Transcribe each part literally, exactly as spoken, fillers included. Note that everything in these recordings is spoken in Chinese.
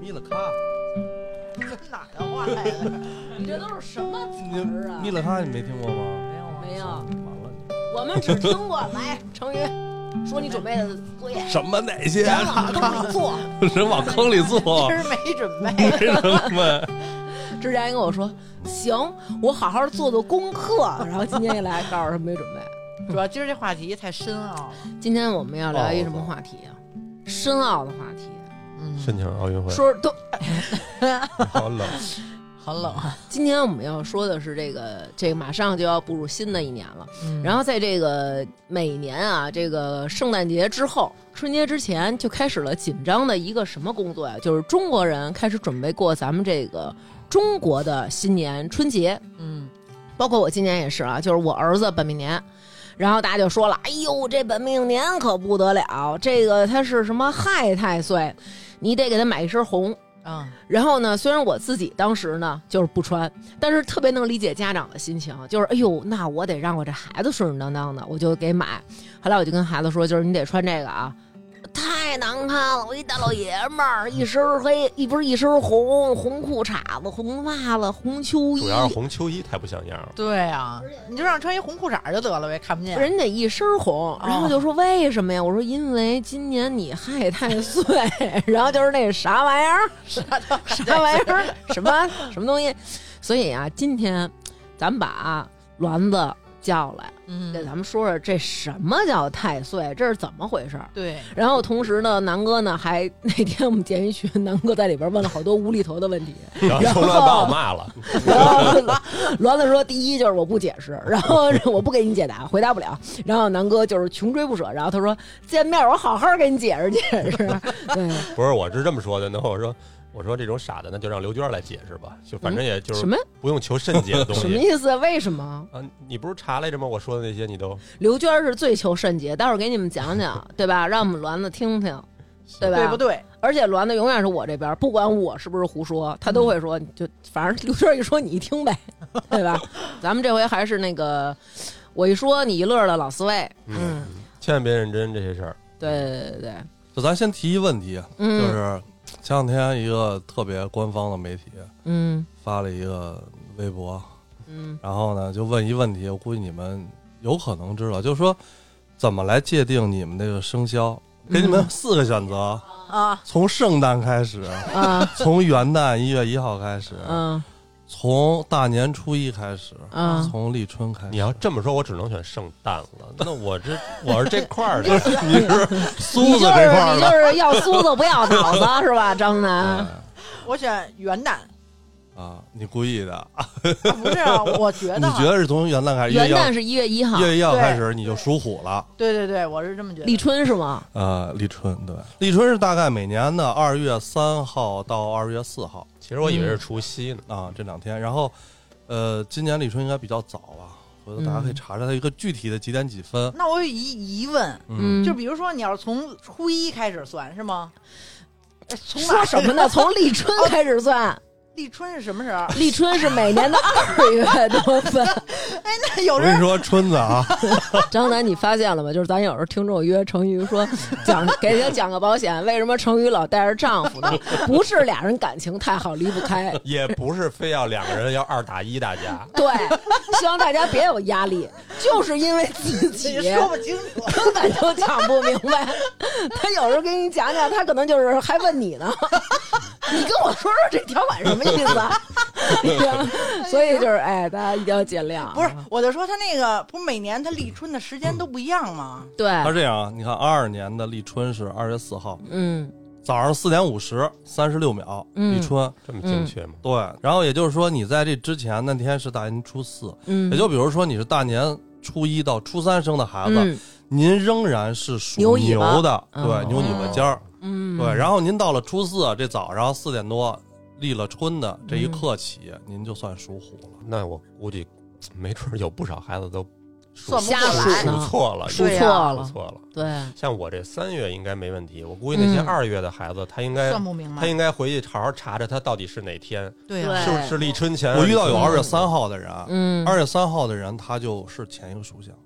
米了卡， 这哪的话来的？ 你这都是什么词儿啊？ 米了卡你没听过吗？ 没有没有， 完了你。 我们只听过。来，成宇说你准备的作业。 什么哪些？ 人往坑里坐， 人往坑里坐， 今儿没准备， 没准备。 之前跟我说行，我好好做做功课，然后今天一来告诉他没准备。 主要今儿这话题太深奥了。 今天我们要聊一什么话题啊？深奥的话题。 嗯， 申请奥运会。 说都好冷， 好冷啊！ 今天我们要说的是这个，这个马上就要步入新的一年了。 嗯、 然后在这个每年啊，这个圣诞节之后、春节之前，就开始了紧张的一个什么工作呀？就是中国人开始准备过咱们这个中国的新年春节。 嗯， 包括我今年也是啊，就是我儿子本命年。然后大家就说了，哎呦，这本命年可不得了，这个他是什么亥太岁，你得给他买一身红。 嗯， 然后呢，虽然我自己当时呢就是不穿，但是特别能理解家长的心情，就是哎呦，那我得让我这孩子顺顺当当的，我就给买。后来我就跟孩子说，就是你得穿这个啊，太难看了，我一大老爷们儿，一身黑，一不是一身红，红裤衩子，红袜子，红秋衣， 主要是红秋衣太不像样了。 对啊，你就让穿一红裤衩就得了呗，看不见。 人得一身红，然后就说为什么呀？我说因为今年你亥太岁，然后就是那啥玩意儿，啥啥玩意儿，什么什么东西。所以啊，今天咱们把栾子叫来， 嗯， 给咱们说说这什么叫太岁，这是怎么回事？ 对。 然后同时呢，南哥呢还那天我们建一群，南哥在里边问了好多无厘头的问题， 然后说把我骂了。 然后栾子说：“第一就是我不解释，然后我不给你解答，回答不了。然后南哥就是穷追不舍，然后他说见面我好好给你解释解释。对， 不是，我是这么说的。然后我说。我说这种傻的，那就让刘娟来解释吧，就反正也就是什么不用求甚解的东西。 什么意思？为什么啊？你不是查来着吗？我说的那些你都。 刘娟是最求甚解，待会儿给你们讲讲，对吧？让我们栾子听听，对吧？ 对不对？ 而且栾子永远是我这边，不管我是不是胡说，他都会说，就反正刘娟一说你一听呗，对吧？咱们这回还是那个我一说你一乐的老四位， 嗯，千万别认真这些事儿。 对对对对， 就咱先提一问题， 嗯、 就是。前两天一个特别官方的媒体， 嗯， 发了一个微博， 嗯， 然后呢就问一问题，我估计你们有可能知道，就是说怎么来界定你们这个生肖？给你们四个选择啊， 从圣诞开始啊， 从元旦一月一号开始， 嗯。 从大年初一开始， 嗯， 从立春开始。 你要这么说，我只能选圣诞了。那我这我是这块儿的， 你是苏子这块儿的， 你就是要苏子不要脑子是吧，张楠？ 我选元旦。 啊，你故意的？ 啊、不是啊，我觉得你觉得是从元旦开始？ 元旦是一月一号， 一月一号开始你就属虎了。 对对对，我是这么觉得。 立春是吗？ 呃，立春对，立春是大概每年的二月三号到二月四号。 其实我以为是除夕呢、 嗯、啊，这两天。然后，呃，今年立春应该比较早吧？回头大家可以查查它一个具体的几点几分。 嗯、那我有一疑问， 嗯， 就比如说你要是从初一开始算是吗？从说什么呢？从立春开始算。哦立春是什么时候？ 立春是每年的二月多份。 哎，那有人我跟你说春子啊， 张楠，你发现了吗？就是咱有时候听众约成瑜说讲给他讲个保险，为什么成瑜老带着丈夫呢？不是俩人感情太好离不开， 也不是非要两个人要二打一打架。 对，希望大家别有压力，就是因为自己说不清楚， 根本就讲不明白。他有时候给你讲讲，他可能就是还问你呢。你跟我说说这条款什么意思啊？所以就是哎，大家一定要见谅。 不是，我就说他那个不是每年他立春的时间都不一样吗？ 嗯、对， 他这样，你看二二年的立春是二月四号， 嗯， 早上四点五十三十六秒， 嗯、 立春， 这么精确吗？ 对，然后也就是说你在这之前那天是大年初四， 嗯， 也就比如说你是大年初一到初三生的孩子， 嗯、 您仍然是属牛的，对， 哦、 牛尾巴尖儿。 嗯， 对，然后您到了初四这早上四点多立了春的这一刻起，嗯、您就算属虎了。 那我估计，没准有不少孩子都算不过来， 数错了， 数错了， 数错了。 对， 像我这三月应该没问题，我估计那些二月的孩子，嗯、他应该算不明白， 他应该回去好好查查他到底是哪天。 对啊， 是是立春前。 我遇到有二月三号的人， 嗯， 二月三号的人他就是前一个属相。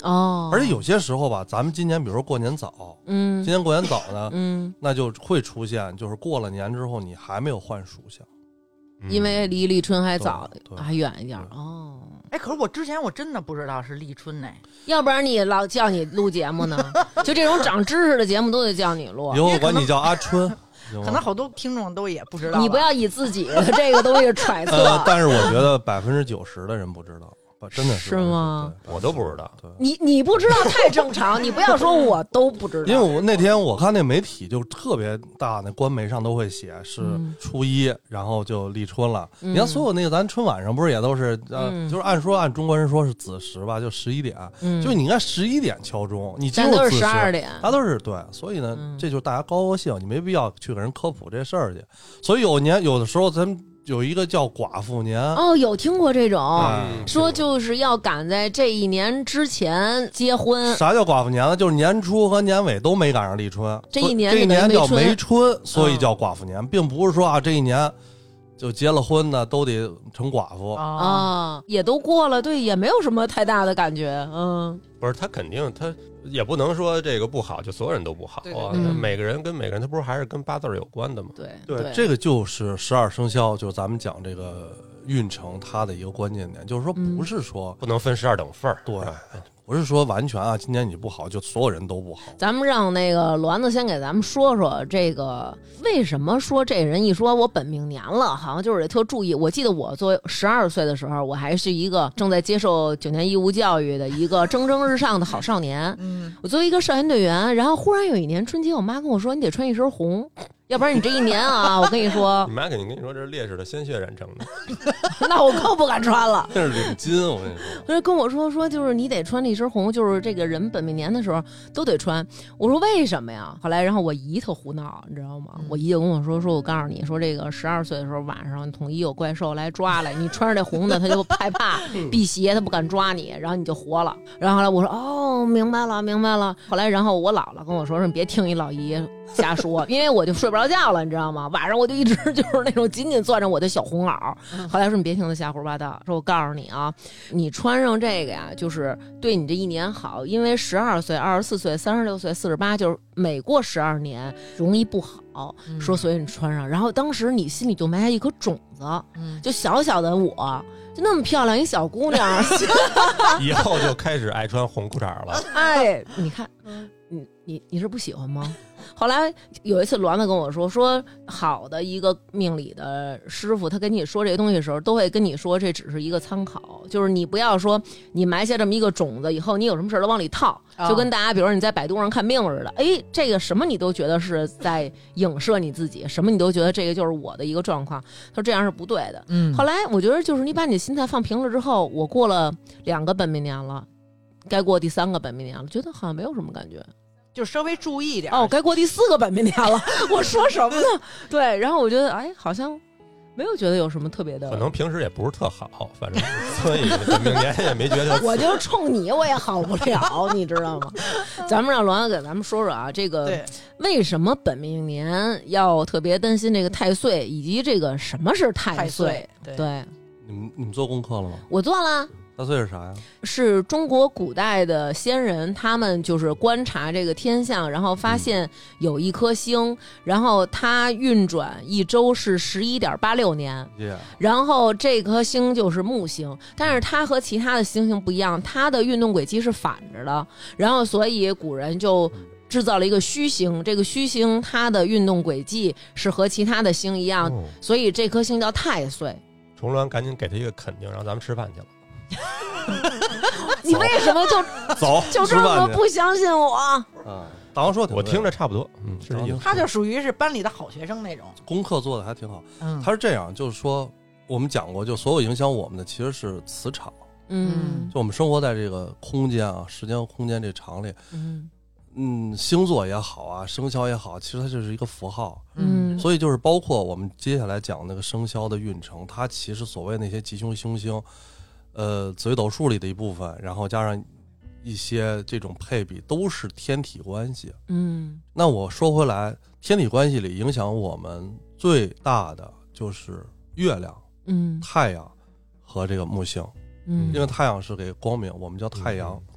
哦， 而且有些时候吧，咱们今年比如说过年早， 嗯， 今年过年早呢， 嗯， 那就会出现，就是过了年之后你还没有换属相， 因为离立春还早，还远一点哦。 哎，可是我之前我真的不知道是立春呢， 要不然你老叫你录节目呢？就这种长知识的节目都得叫你录。 以后我管你叫阿春。 可能好多听众都也不知道。 你不要以自己的这个东西揣测。 呃，但是我觉得百分之九十的人不知道。真的是是吗？ 我都不知道。 你你不知道太正常，你不要说我都不知道。 因为我那天我看那媒体就特别大，那官媒上都会写是初一，嗯、然后就立春了。嗯、你看所有那个咱春晚上不是也都是呃，嗯、就是按说按中国人说是子时吧，就十一点，嗯、就你看十一点敲钟，你进入子时， 十二点， 它都是对，所以呢，嗯、这就是大家高高兴，你没必要去给人科普这事儿去。所以有年有的时候咱们。有一个叫寡妇年哦，有听过这种、嗯、说就是要赶在这一年之前结婚。 啥叫寡妇年呢？就是年初和年尾都没赶上立春， 这一年这一年叫没春，所以叫寡妇年，嗯、并不是说啊这一年就结了婚的都得成寡妇啊，也都过了，对，也没有什么太大的感觉，嗯， 不是他肯定他。也不能说这个不好，就所有人都不好啊。 对对对嗯、 每个人跟每个人，他不是还是跟八字有关的吗？ 对对, 对，这个就是十二生肖，就是咱们讲这个运程，它的一个关键点，就是说不是说、 嗯、不能分十二等份儿， 对。不是说完全啊，今年你不好就所有人都不好。 咱们让那个栾子先给咱们说说这个为什么说这人一说我本命年了，好像就是得特注意。我记得我作为十二岁的时候，我还是一个正在接受九年义务教育的一个蒸蒸日上的好少年。嗯，我作为一个少年队员，然后忽然有一年春节，我妈跟我说你得穿一身红。要不然你这一年啊，我跟你说， 你妈肯定跟你说这是烈士的鲜血染成的， 那我更不敢穿了。 这是领巾，我跟你说。 他跟我说说，就是你得穿一身红，就是这个人本命年的时候都得穿。我说为什么呀？后来，然后我姨特胡闹，你知道吗？嗯、我姨就跟我说说，我告诉你说，这个十二岁的时候晚上统一有怪兽来抓来，你穿着这红的，他就害怕辟邪，他不敢抓你，然后你就活了。然后后来我说哦，明白了，明白了。后来，然后我姥姥跟我说说，你别听一老姨瞎说，因为我就睡不着觉了，你知道吗？晚上我就一直就是那种紧紧攥着我的小红袄。后来说你别听他瞎胡八道，说我告诉你啊，你穿上这个呀，就是对你这一年好，因为十二岁、二十四岁、三十六岁、四十八，就是每过十二年容易不好。说所以你穿上，然后当时你心里就埋下一颗种子，就小小的我。就那么漂亮一小姑娘， 以后就开始爱穿红裤衩了。 哎，你看，你你你是不喜欢吗？后来有一次栾子跟我说，说好的一个命理的师傅，他跟你说这东西的时候，都会跟你说这只是一个参考，就是你不要说你埋下这么一个种子，以后你有什么事都往里套，就跟大家比如说你在百度上看命似的，哎，这个什么你都觉得是在影射你自己，什么你都觉得这个就是我的一个状况，他说这样是不对的。嗯，后来我觉得就是你把你的心态放平了之后，我过了两个本命年了，该过第三个本命年了，觉得好像没有什么感觉。 就稍微注意一点哦，该过第四个本命年了。我说什么呢？对，然后我觉得，哎，好像没有觉得有什么特别的。 可能平时也不是特好，反正所以本命年也没觉得。 我就冲你，我也好不了，你知道吗？咱们让栾子给咱们说说啊，这个为什么本命年要特别担心这个太岁，以及这个什么是太岁？太岁对，对你们你们做功课了吗？ 我做了。 太岁是啥呀？ 是中国古代的先人，他们就是观察这个天象，然后发现有一颗星，嗯、然后它运转一周是十一点八六年， yeah. 然后这颗星就是木星，但是它和其他的星星不一样，它的运动轨迹是反着的，然后所以古人就制造了一个虚星，这个虚星它的运动轨迹是和其他的星一样，哦、所以这颗星叫太岁。 重峦赶紧给他一个肯定，让咱们吃饭去了。 你为什么就走就这么不相信我啊？大王说我听着差不多，嗯，是这意思。 他就属于是班里的好学生那种， 功课做的还挺好。嗯，他是这样，就是说我们讲过，就所有影响我们的其实是磁场。 嗯， 就我们生活在这个空间啊、时间和空间这场里。嗯嗯，星座也好啊，生肖也好，其实它就是一个符号。 嗯， 所以就是包括我们接下来讲那个生肖的运程，它其实所谓那些吉凶凶星。呃，紫微斗数里的一部分，然后加上一些这种配比，都是天体关系。 嗯， 那我说回来，天体关系里影响我们最大的就是月亮、嗯，太阳和这个木星。嗯，因为太阳是给光明，我们叫太阳，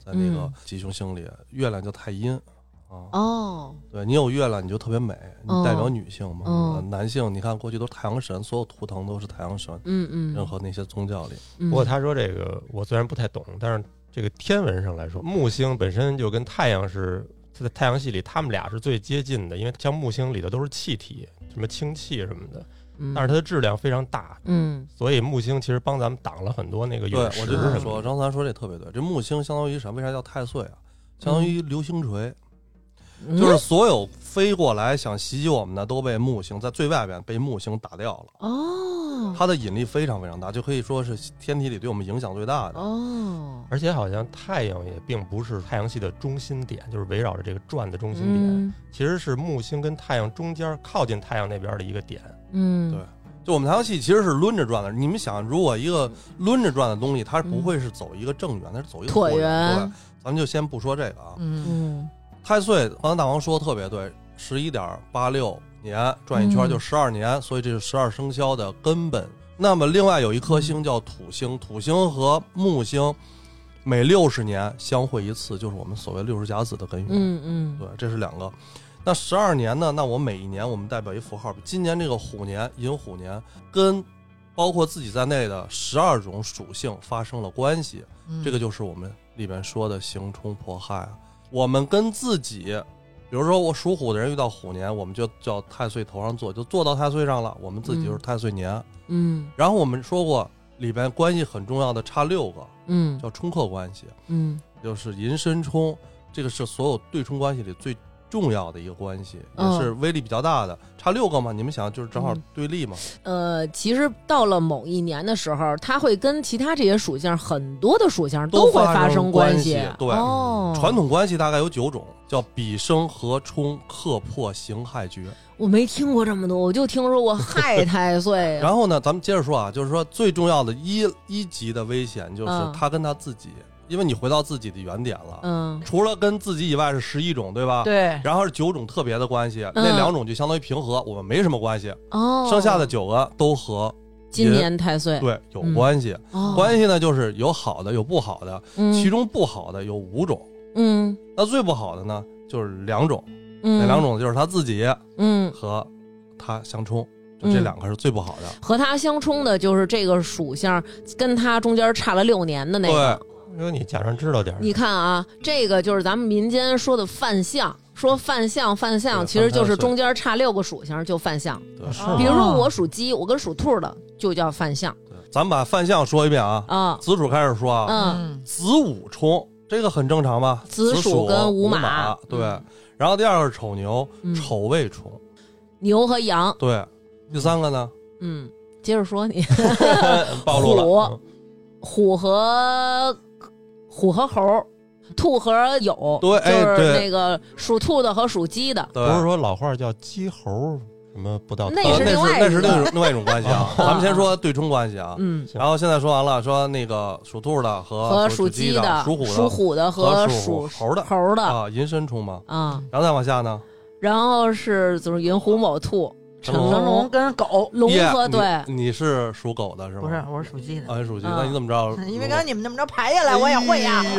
在那个吉凶星里，嗯、月亮叫太阴啊。 哦， 对你有月亮你就特别美，你代表女性嘛。 哦呃、男性你看过去都是太阳神，所有图腾都是太阳神。 嗯嗯， 任何那些宗教里。 嗯、 不过他说这个我虽然不太懂，但是这个天文上来说，木星本身就跟太阳是。在太阳系里，他们俩是最接近的，因为像木星里的都是气体，什么氢气什么的，嗯、但是它的质量非常大， 嗯，所以木星其实帮咱们挡了很多那个陨石。 对，我就是说，张三说这特别对，这木星相当于什么？为啥叫太岁啊？相当于流星锤，嗯、就是所有飞过来想袭击我们的都被木星在最外边被木星打掉了。 哦， 它的引力非常非常大，就可以说是天体里对我们影响最大的。 哦， 而且好像太阳也并不是太阳系的中心点，就是围绕着这个转的中心点，嗯、其实是木星跟太阳中间靠近太阳那边的一个点。 嗯， 对，就我们太阳系其实是抡着转的。你们想，如果一个抡着转的东西，它不会是走一个正圆，它是走一个椭圆。对，咱们就先不说这个啊。 嗯， 太岁刚才大王说的特别对，十一点八六年转一圈就十二年，嗯、所以这是十二生肖的根本。那么另外有一颗星叫土星，土星和木星每六十年相会一次，就是我们所谓六十甲子的根源。 嗯嗯， 对，这是两个。那十二年呢？那我每一年我们代表一符号，今年这个虎年寅虎年跟包括自己在内的十二种属性发生了关系，嗯、这个就是我们里边说的刑冲迫害啊。我们跟自己，比如说我属虎的人遇到虎年，我们就叫太岁头上坐，就坐到太岁上了，我们自己就是太岁年。 嗯， 然后我们说过里边关系很重要的差六个， 嗯， 叫冲克关系， 嗯， 就是寅申冲，这个是所有对冲关系里最重要的一个关系， 哦、 也是威力比较大的，差六个嘛，你们想就是正好对立嘛。 嗯、呃，其实到了某一年的时候，它会跟其他这些属性很多的属性都会发生关系。 对， 哦， 传统关系大概有九种，叫比生合冲克破刑害绝。 我没听过这么多，我就听说过害太岁。 然后呢，咱们接着说啊，就是说最重要的一一级的危险就是他跟他自己。嗯，因为你回到自己的原点了， 嗯， 除了跟自己以外是十一种，对吧？ 对， 然后是九种特别的关系， 嗯、 那两种就相当于平和，我们没什么关系。 哦， 剩下的九个都和今年太岁对有关系。 嗯哦、 关系呢，就是有好的有不好的， 嗯、 其中不好的有五种。 嗯， 那最不好的呢，就是两种。 嗯， 那两种就是他自己， 嗯， 和他相冲。就这两个是最不好的。 和他相冲的就是这个属相跟他中间差了六年的那个。 对。 因为你假上知道点， 你看啊，这个就是咱们民间说的犯相，说犯相犯相，其实就是中间差六个属性就犯相。比如说我属鸡，我跟属兔的就叫犯相。 咱们把犯相说一遍啊， 啊， 子鼠开始说啊，嗯， 子午冲，这个很正常吧？ 子鼠跟午马， 马对。嗯、然后第二个是丑牛， 嗯、 丑未冲， 牛和羊。 对，第三个呢？ 嗯，接着说你， 暴露了。 虎，虎和。虎和猴，兔和酉， 对， 就是那个属兔的和属鸡的。 不是说老话叫鸡猴什么不到， 那是另外那是另另外一种关系啊。咱们先说对冲关系啊， 嗯， 然后现在说完了，说那个属兔的和和属鸡的、 属虎的、 属虎的和属猴的猴的啊，寅申冲嘛， 啊， 然后再往下呢， 然后是就是寅虎卯兔。 成龙跟狗， 龙和对， 你是属狗的是吗？ 不是，我是属鸡的。 啊，属鸡，那你怎么知道？ 因为刚才你们那么着排下来，我也会呀。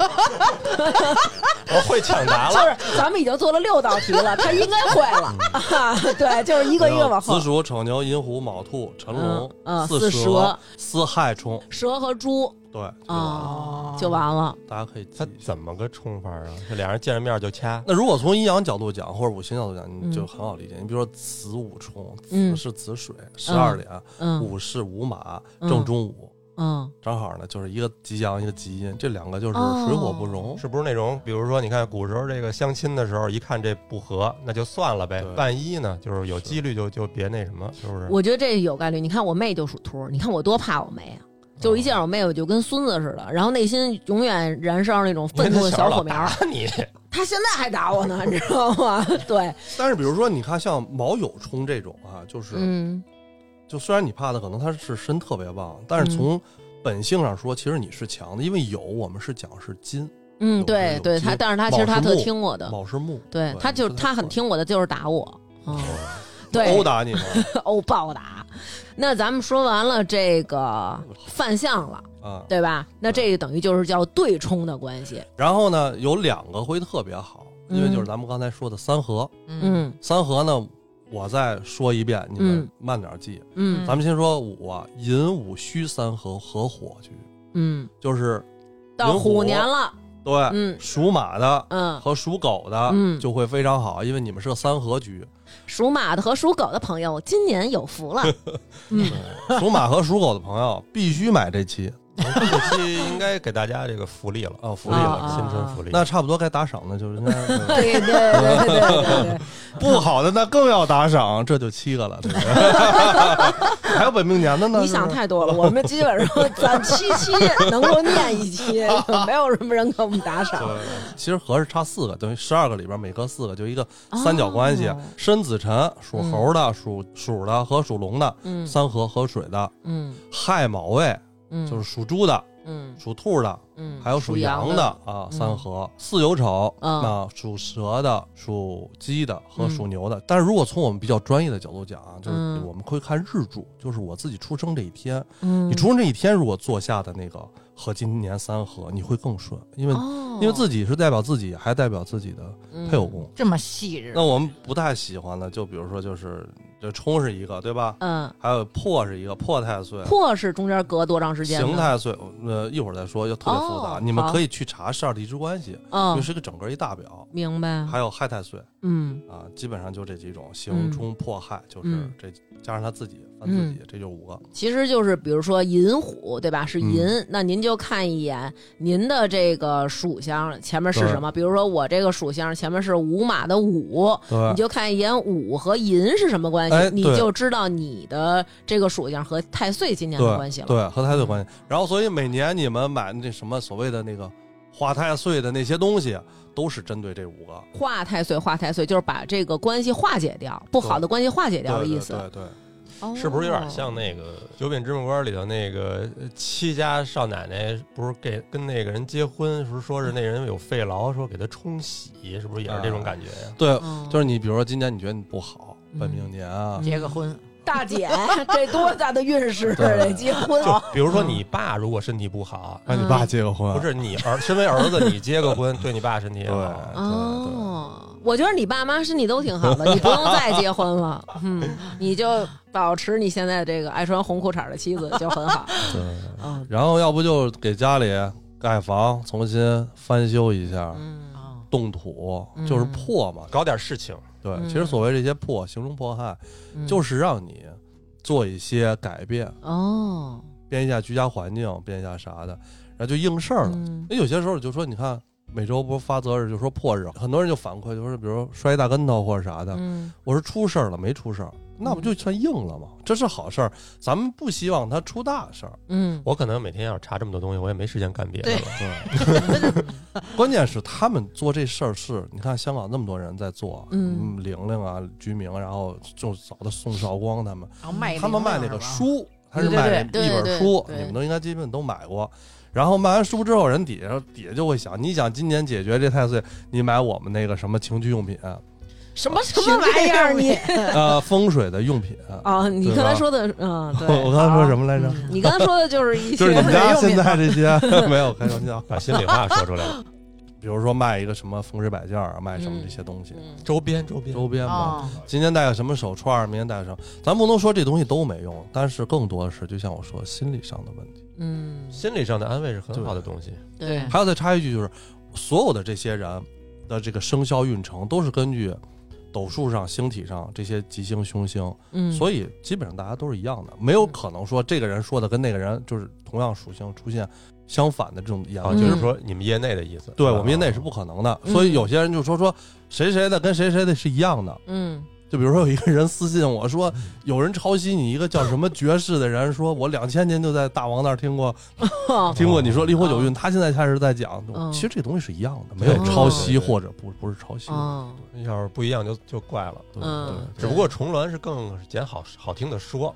我会抢答了。 就是咱们已经做了六道题了，他应该会了。对，就是一个一个往后。 子鼠、丑牛、寅虎、卯兔、辰龙、 嗯， 巳蛇、 巳亥冲， 蛇和猪。 对， 哦，就完了。 大家可以， 他怎么个冲法啊？这俩人见着面就掐。 那如果从阴阳角度讲，或者五行角度讲，你就很好理解。你比如说子午冲，子是子水，十二点；午是午马，正中午。 嗯， 正好呢，就是一个吉阳，一个吉阴，这两个就是水火不容。 是不是那种，比如说，你看古时候这个相亲的时候，一看这不合，那就算了呗。万一呢，就是有几率就就别那什么，是不是？ 我觉得这有概率。你看我妹就属兔，你看我多怕我妹啊！就是一见我妹，我就跟孙子似的，然后内心永远燃烧那种愤怒的小火苗。 你， 他现在还打我呢，你知道吗？对。 但是比如说，你看像卯酉冲这种啊，就是， 嗯， 就虽然你怕的可能他是身特别旺，但是从本性上说，其实你是强的，因为酉我们是讲是金。 嗯，对对，他，但是他其实他特听我的。 卯是木， 对，他就他很听我的，就是打我。嗯，对， 殴打你吗？ 殴暴打。那咱们说完了这个犯相了， 啊， 对吧？那这个等于就是叫对冲的关系。 然后呢，有两个会特别好，因为就是咱们刚才说的三合， 嗯， 三合呢，我再说一遍，你们慢点记。 嗯， 咱们先说午啊，寅午戌三合合火局， 嗯， 就是到虎年了。 对， 嗯， 属马的， 嗯， 和属狗的， 嗯， 就会非常好，因为你们是个三合局。 属马的和属狗的朋友，今年有福了。嗯， 属马和属狗的朋友必须买这期。 这期应该给大家这个福利了哦，福利了， 啊、 新春福利。 那差不多该打赏的，就是应该。 对对对对对对， 不好的那更要打赏，这就七个了，对不对？还有本命年的呢？ 你想太多了，我们基本上攒七期能够念一期，没有什么人给我们打赏。 其实合是差四个，等于十二个里边每隔四个，就一个三角关系。 哦、 申子辰属猴的、嗯、属鼠的和属龙的， 嗯， 三合合水的， 嗯， 亥卯未。 嗯， 就是属猪的， 嗯， 属兔的， 嗯， 还有属羊的啊，三合。巳酉丑，那属蛇的、属鸡的和属牛的。但是如果从我们比较专业的角度讲啊，就是我们会看日柱，就是我自己出生这一天，嗯，你出生这一天如果坐下的那个和今年三合，你会更顺，因为因为自己是代表自己，还代表自己的配偶宫， 这么细致。 那我们不太喜欢的，就比如说就是这冲是一个，对吧？ 嗯， 还有破是一个，破太岁。 破是中间隔多长时间？ 刑太岁，呃，一会儿再说，又特别复杂。 哦、 你们可以去查十二地支关系， 哦、 因为是个整个一大表。 明白。 还有亥太岁， 嗯啊，基本上就这几种，刑冲破亥，就是这、嗯、加上他自己犯自己，嗯、这就五个。 其实就是比如说寅虎，对吧？是寅，嗯、那您就看一眼您的这个属相前面是什么？比如说我这个属相前面是午马的午，你就看一眼午和寅是什么关系， 哎、 你就知道你的这个属相和太岁今年的关系了。 对，对和太岁关系。然后所以每年你们买那什么所谓的那个化太岁的那些东西，都是针对这五个。 化太岁，化太岁就是把这个关系化解掉，不好的关系化解掉的意思。 对对对。对哦、 是不是有点像那个《九品芝麻官》里头那个戚家少奶奶，不是给跟那个人结婚，是不是说是那人有肺痨，说给他冲喜，是不是也是这种感觉呀、啊？ 对，哦、就是你比如说今年你觉得你不好，嗯、本命年啊， 结个婚。 大姐，这多大的运势得结婚啊！ 比如说你爸如果身体不好， 让、嗯、你爸结个婚， 不是你儿身为儿子，你结个婚，对你爸身体也好。 哦，我觉得你爸妈身体都挺好的，你不用再结婚了，嗯，你就保持你现在这个爱穿红裤衩的妻子就很好。 对，嗯，然后要不就给家里盖房，重新翻修一下， 嗯， 动土就是破嘛， 搞点事情。 对，其实所谓这些破，刑冲破害，嗯、就是让你做一些改变哦， 变一下居家环境，变一下啥的，然后就应事儿了。嗯、有些时候就说，你看每周不是发择日就说破日，很多人就反馈就说，比如摔一大跟头或者啥的， 嗯、 我说出事儿了没出事儿，那不就算应了吗？这是好事儿，咱们不希望它出大事儿。 嗯， 我可能每天要查这么多东西，我也没时间干别的了。 对，对关键是他们做这事儿是，你看香港那么多人在做， 嗯， 玲玲啊、居明，然后就找的宋少光他们， 然后卖他们卖那个书，他是卖一本书，你们都应该基本都买过。然后卖完书之后，人底下底下就会想，你想今年解决这太岁，你买我们那个什么情趣用品。 什么什么玩意儿你？ 呃，风水的用品啊！你刚才说的，嗯，对。 我刚才说什么来着？ 你刚才说的就是一些， 就是你们家现在这些没有开玩笑， 把心里话说出来了。 比如说卖一个什么风水摆件啊，卖什么这些东西， 周边周边周边嘛。今天戴个什么手串，明天戴个什么，咱不能说这东西都没用，但是更多的是，就像我说，心理上的问题。 嗯， 心理上的安慰是很好的东西。 对。 还有再插一句，就是所有的这些人的这个生肖运程都是根据斗数上、星体上这些吉星凶星， 嗯， 所以基本上大家都是一样的，没有可能说这个人说的跟那个人就是同样属性出现相反的这种言论， 啊，就是说你们业内的意思， 对我们业内是不可能的，所以有些人就说说谁谁的跟谁谁的是一样的， 嗯。 就比如说有一个人私信我说，有人抄袭你一个叫什么爵士的人，说我两千年就在大王那儿听过，听过你说离火九运，他现在开始在讲，其实这东西是一样的，没有抄袭或者不不是抄袭， 要是不一样就就怪了， 嗯， 只不过重峦是更捡好好听的说。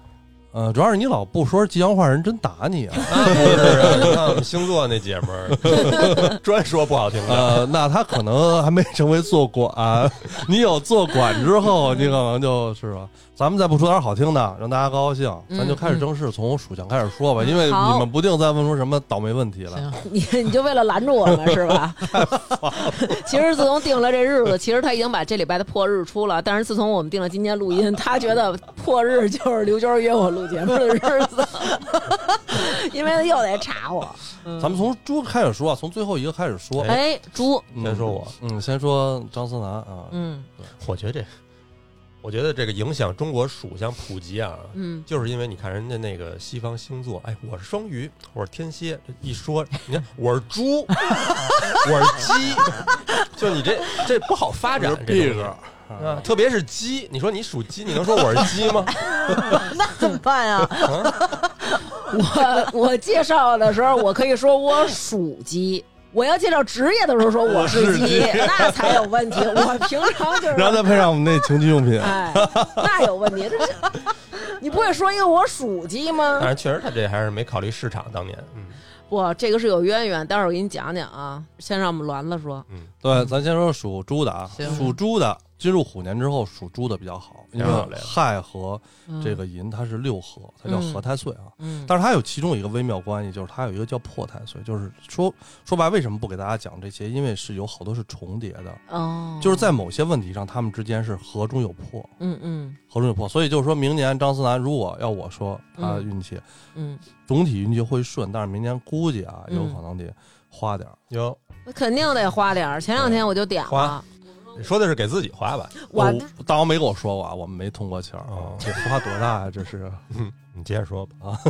呃，主要是你老不说吉祥话，人真打你啊！ 那不是啊，你看我们星座那姐们儿专说不好听的。 呃，那他可能还没成为坐馆，你有坐馆之后，你可能就是吧。咱们再不说点好听的，让大家高高兴，咱就开始正式从属相开始说吧，因为你们不定再问出什么倒霉问题来。 你你就为了拦住我们是吧？其实自从定了这日子，其实他已经把这礼拜的破日出了，但是自从我们定了今天录音，他觉得破日就是刘娟约我录节目的日子，因为他又得查我。 嗯、咱们从猪开始说，从最后一个开始说。 哎，猪， 先说我， 嗯，先说张思楠啊， 嗯， 对，我觉得这。我觉得这个影响中国属相普及啊，嗯，就是因为你看人家那个西方星座，哎，我是双鱼，我是天蝎，这一说，你看我是猪，我是鸡，就你这这不好发展，这个啊，特别是鸡，你说你属鸡，你能说我是鸡吗？ 那怎么办呀？ 啊、 我我介绍的时候，我可以说我属鸡。我要介绍职业的时候说我是鸡，那才有问题。我平常就是， 然后再配上我们那情趣用品， 哎，那有问题。这是你不会说一个我属鸡吗？ 但是确实他这还是没考虑市场，当年，嗯， 不，这个是有渊源，待会儿我给你讲讲啊。先让我们栾子说， 嗯， 对，咱先说属猪的啊，属猪的进入虎年之后，属猪的比较好，因为亥和这个寅它是六合，它叫合太岁啊。嗯，但是它有其中一个微妙关系，就是它有一个叫破太岁，就是说说白为什么不给大家讲这些？因为是有好多是重叠的哦，就是在某些问题上，他们之间是合中有破。嗯嗯，合中有破，所以就是说明年张思楠如果要我说他运气，嗯，总体运气会顺，但是明年估计啊，有可能得花点儿。 有， 肯定得花点儿。前两天我就点了。 你说的是给自己花吧？ 我大王没跟我说过啊，我们没通过签儿啊。这花多大呀？这是， 嗯，你接着说吧啊。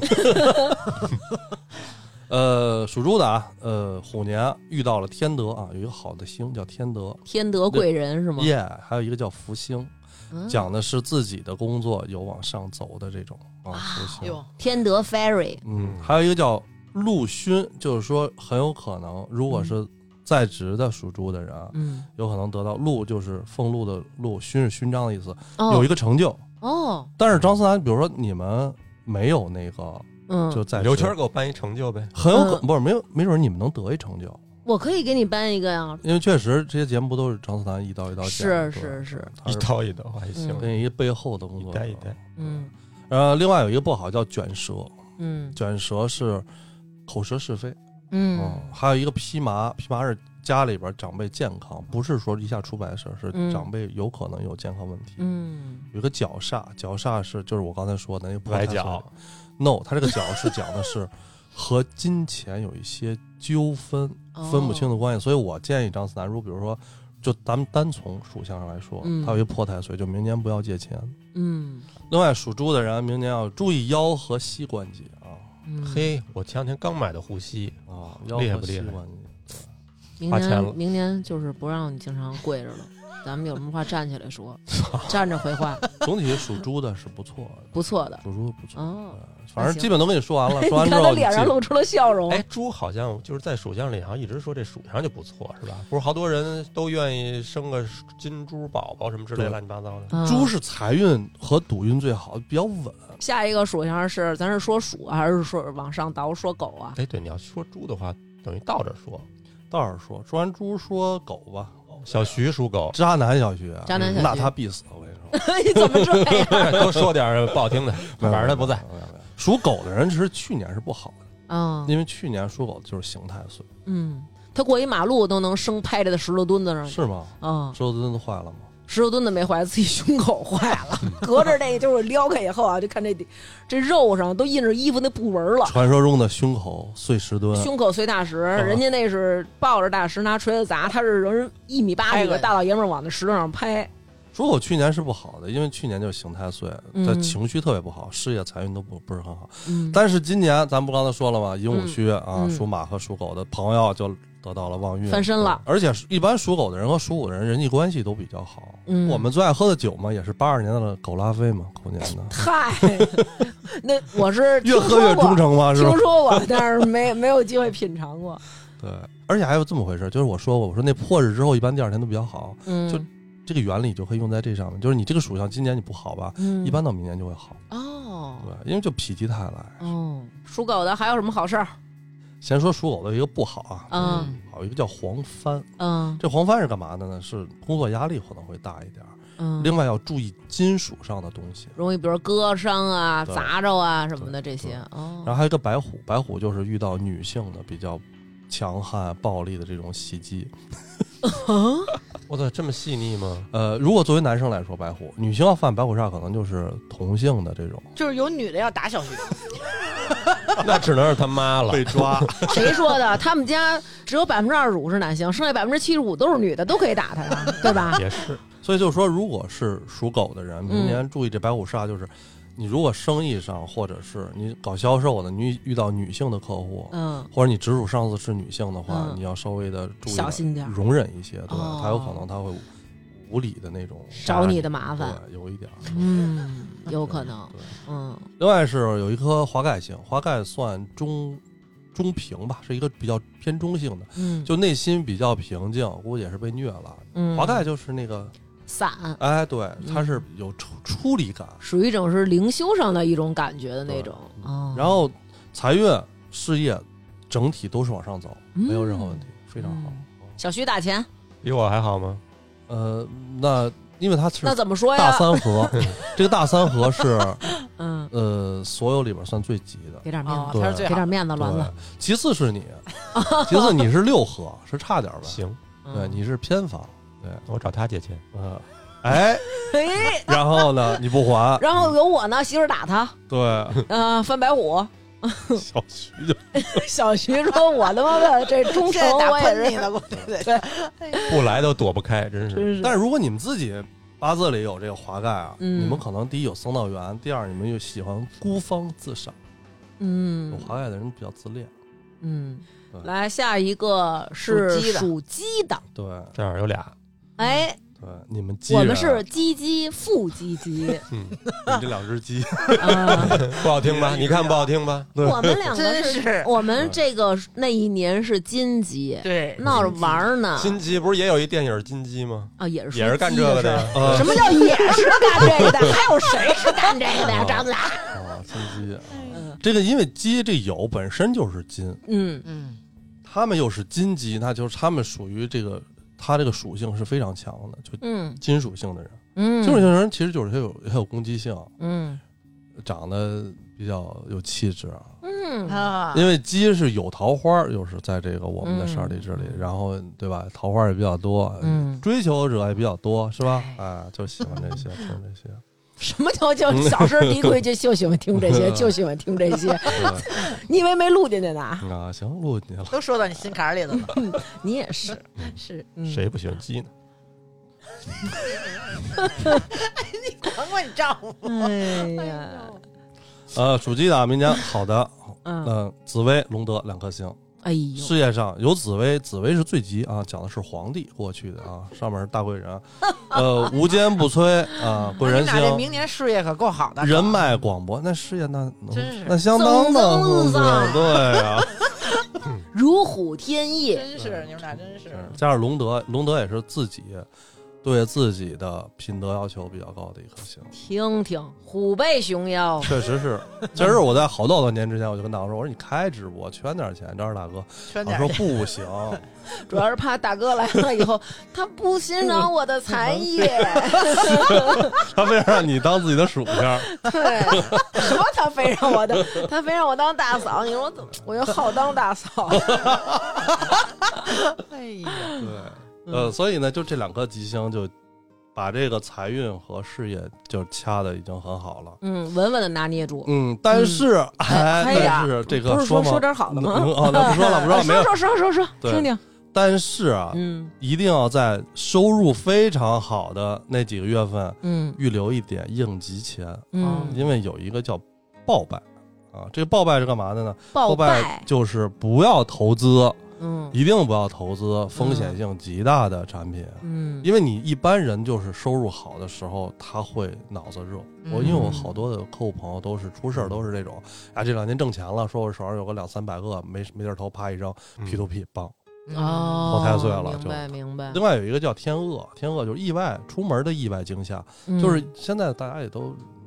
呃，属猪的啊，呃，虎年遇到了天德啊，有一个好的星叫天德， 天德贵人是吗？ 耶， yeah, 还有一个叫福星，嗯、讲的是自己的工作有往上走的这种啊。福星， 天德 fairy， 嗯，还有一个叫禄勋，就是说很有可能，如果是、嗯。在职的属猪的人，嗯，有可能得到禄，就是俸禄的禄，勋是勋章的意思，哦、有一个成就哦。但是张思楠，比如说你们没有那个，嗯，就在刘圈给我颁一成就呗， 很有可能、嗯、不是没有，没准你们能得一成就。 我可以给你颁一个呀， 因为确实这些节目不都是张思楠一刀一刀讲， 是是是， 一刀一刀还行， 跟一个背后的工作， 一代一代， 嗯。呃，另外有一个不好叫卷舌，嗯，卷舌是口舌是非。嗯, 嗯，还有一个披麻，披麻是家里边长辈健康，不是说一下出白事，是长辈有可能有健康问题。嗯，有一个角煞，角煞是就是我刚才说的那个崴脚 ，no， 他这个角是讲的是和金钱有一些纠纷，分不清的关系。所以我建议张思楠，如果比如说，就咱们单从属相上来说，嗯、他有一破太岁，就明年不要借钱。嗯，另外属猪的人明年要注意腰和膝关节啊。 嗯、嘿，我前两天刚买的护膝啊， 厉害不厉害？ 明年明年就是不让你经常跪着了，咱们有什么话站起来说，站着回话。 总体属猪的是不错的， 不错的， 属猪不错。哦，反正基本都跟你说完了，说完之后你看他脸上露出了笑容。 哎，猪好像就是在属相里，好像一直说这属相就不错，是吧？不是好多人都愿意生个金猪宝宝什么之类乱七八糟的。 嗯、猪是财运和赌运最好，比较稳。 下一个属相是，咱是说鼠还是说往上倒说狗啊？ 哎，对，你要说猪的话，等于倒着说， 倒着说，说完猪说狗吧。 小徐属狗， 渣男小徐， 渣男小徐， 那他必死。我跟你说， 你怎么这样？ 多说点不好听的，反正他不在。 属狗的人其实去年是不好的啊、嗯，因为去年属狗就是刑太岁。 嗯，他过一马路都能生拍在石头墩子上， 是吗？啊、嗯，石头墩子坏了吗？ 石头墩子没坏，自己胸口坏了。隔着那个就是撩开以后啊，就看这这肉上都印着衣服那布纹了。 传说中的胸口碎石墩， 胸口碎大石，啊、人家那是抱着大石拿锤子砸，他是人一米八几个大老爷们往那石头上拍。 属狗去年是不好的，因为去年就是刑太岁，这情绪特别不好，嗯、事业财运都不不是很好。嗯、但是今年咱不刚才说了吗？寅午戌、嗯、啊，属马和属狗的朋友就得到了旺运， 翻身了。 而且一般属狗的人和属虎的人人际关系都比较好。嗯、我们最爱喝的酒嘛，也是八二年的狗拉菲嘛，狗年的。 嗨，那我是越喝越忠诚吗？是吧？ 听说过，但是没没有机会品尝过。 对，而且还有这么回事，就是我说过，我说那破日之后，一般第二天都比较好。嗯，就这个原理就可以用在这上面，就是你这个属相今年你不好吧，嗯、一般到明年就会好。 哦。 哦， 对，因为就否极泰来。 哦，属狗的还有什么好事儿？ 先说属狗的一个不好啊， 嗯， 好一个叫黄帆。 嗯， 这黄帆是干嘛的呢？是工作压力可能会大一点。 嗯， 另外要注意金属上的东西， 容易比如割伤啊、砸着啊什么的这些。哦， 然后还有一个白虎，白虎就是遇到女性的比较强悍、暴力的这种袭击。 我操，这么细腻吗？ 呃，如果作为男生来说，白虎女性要犯白虎煞，可能就是同性的这种， 就是有女的要打小徐， 那只能是他妈了， 被抓。 谁说的？他们家只有百分之二十五是男性，剩下百分之七十五都是女的，都可以打他呀，对吧？ 也是。 所以就是说，如果是属狗的人，明年注意这白虎煞，就是你如果生意上或者是你搞销售的，你遇到女性的客户， 嗯， 或者你直属上司是女性的话， 嗯、 你要稍微的注意小心点， 容忍一些，对， 哦、 他有可能他会无理的那种找你的麻烦， 对，有一点， 嗯，有可能， 对， 嗯。 另外是有一颗华盖星，华盖算中中平吧，是一个比较偏中性的， 嗯， 就内心比较平静，估计也是被虐了。 嗯， 华盖就是那个。 散， 哎，对，它是有出出离感， 属于一种是灵修上的一种感觉的那种。哦， 然后财运、事业整体都是往上走， 嗯、 没有任何问题，非常好。 嗯、小徐打钱比我还好吗？ 呃，那因为它是那怎么说呀？ 大三合，这个大三合是嗯呃所有里边算最吉的， 给点面子， 对， 给点面子，栾子。 其次是你，其次你是六合，是差点吧？ 行， 对，你是偏房。对， 我找他借钱， 嗯，哎，然后呢，你不还， 然后有我呢，媳妇打他， 对， 呃，翻白虎， 小徐就， 小徐说：“我他妈的这忠诚，我也是， 对对对，不来都躲不开，真是。 真是但是如果你们自己八字里有这个华盖啊， 嗯、 你们可能第一有僧道缘，第二你们又喜欢孤芳自赏， 嗯， 有华盖的人比较自恋， 嗯，来下一个是属鸡的， 对， 这样有俩。” 哎， 对，你们鸡， 我们是鸡鸡腹鸡鸡， 嗯，你这两只鸡， 不好听吧？你看不好听吧？ 我们两个是， 我们这个那一年是金鸡， 对， 闹着玩呢。 金鸡不是也有一电影金鸡吗？ 啊，也是也是干这个的。 什么叫也是干这个的？还有谁是干这个的呀？张子达啊，金鸡，这个因为鸡这酉本身就是金， 嗯嗯， 他们又是金鸡，那就是他们属于这个。它这个属性是非常强的，就金属性的人， 嗯， 金属性的人其实就是他有他有攻击性， 嗯， 长得比较有气质， 嗯啊， 因为鸡是有桃花，又是在这个我们的十二地支里，嗯、然后对吧，桃花也比较多， 嗯， 追求者也比较多，是吧？哎，就喜欢这些，听这些。 什么叫叫小声低规就就喜欢听这些，就喜欢听这些。你以为没录进去呢？ 啊，行，录进去了， 都说到你心坎里了。 你也是， 嗯、 是、 嗯、谁不喜欢鸡呢？ 你管管你丈夫。 哎呀， 呃，属鸡的明年好的， 嗯、 呃，紫薇、龙德两颗星。 哎呦， 事业上有紫薇，紫薇是最吉啊，讲的是皇帝过去的啊，上面是大贵人，呃，无坚不摧啊，贵人星。 这明年事业可够好的， 人脉广博，那事业那真是那相当的，对啊， 如虎添翼， 真是你们俩真是。 加上龙德，龙德也是自己对自己的品德要求比较高的一颗星。 听听虎背熊腰， 确实是。其实我在好多好多年之前，我就跟大哥说：“我说你开直播圈点钱，找找大哥。”我说不行， 主要是怕大哥来了以后，他不欣赏我的才艺， 他非让你当自己的属相。 对，说他非让我当，他非让我当大嫂。你说我怎么，我又好当大嫂。 哎呀， 对。呃，所以呢，就这两颗吉星就把这个财运和事业就掐的已经很好了， 嗯，稳稳的拿捏住。 嗯，但是， 嗯、 哎， 哎但是这个不是说说点好的吗？ 哦，那不说了，不说了，没有， 说说说说说，听听。 但是啊， 嗯， 一定要在收入非常好的那几个月份， 嗯， 预留一点应急钱， 嗯， 因为有一个叫报败啊，这个报败是干嘛的呢？ 报败就是不要投资。 嗯， 一定不要投资风险性极大的产品， 嗯， 因为你一般人就是收入好的时候，他会脑子热。 嗯、 我因为我好多的客户朋友都是出事都是这种，啊，这两年挣钱了，说我手上有个两三百个，没没地儿投，啪一扔 P to P， 棒， 哦， 投太岁了， 明白明白。 另外有一个叫天厄，天厄就是意外出门的意外惊吓， 嗯、 就是现在大家也都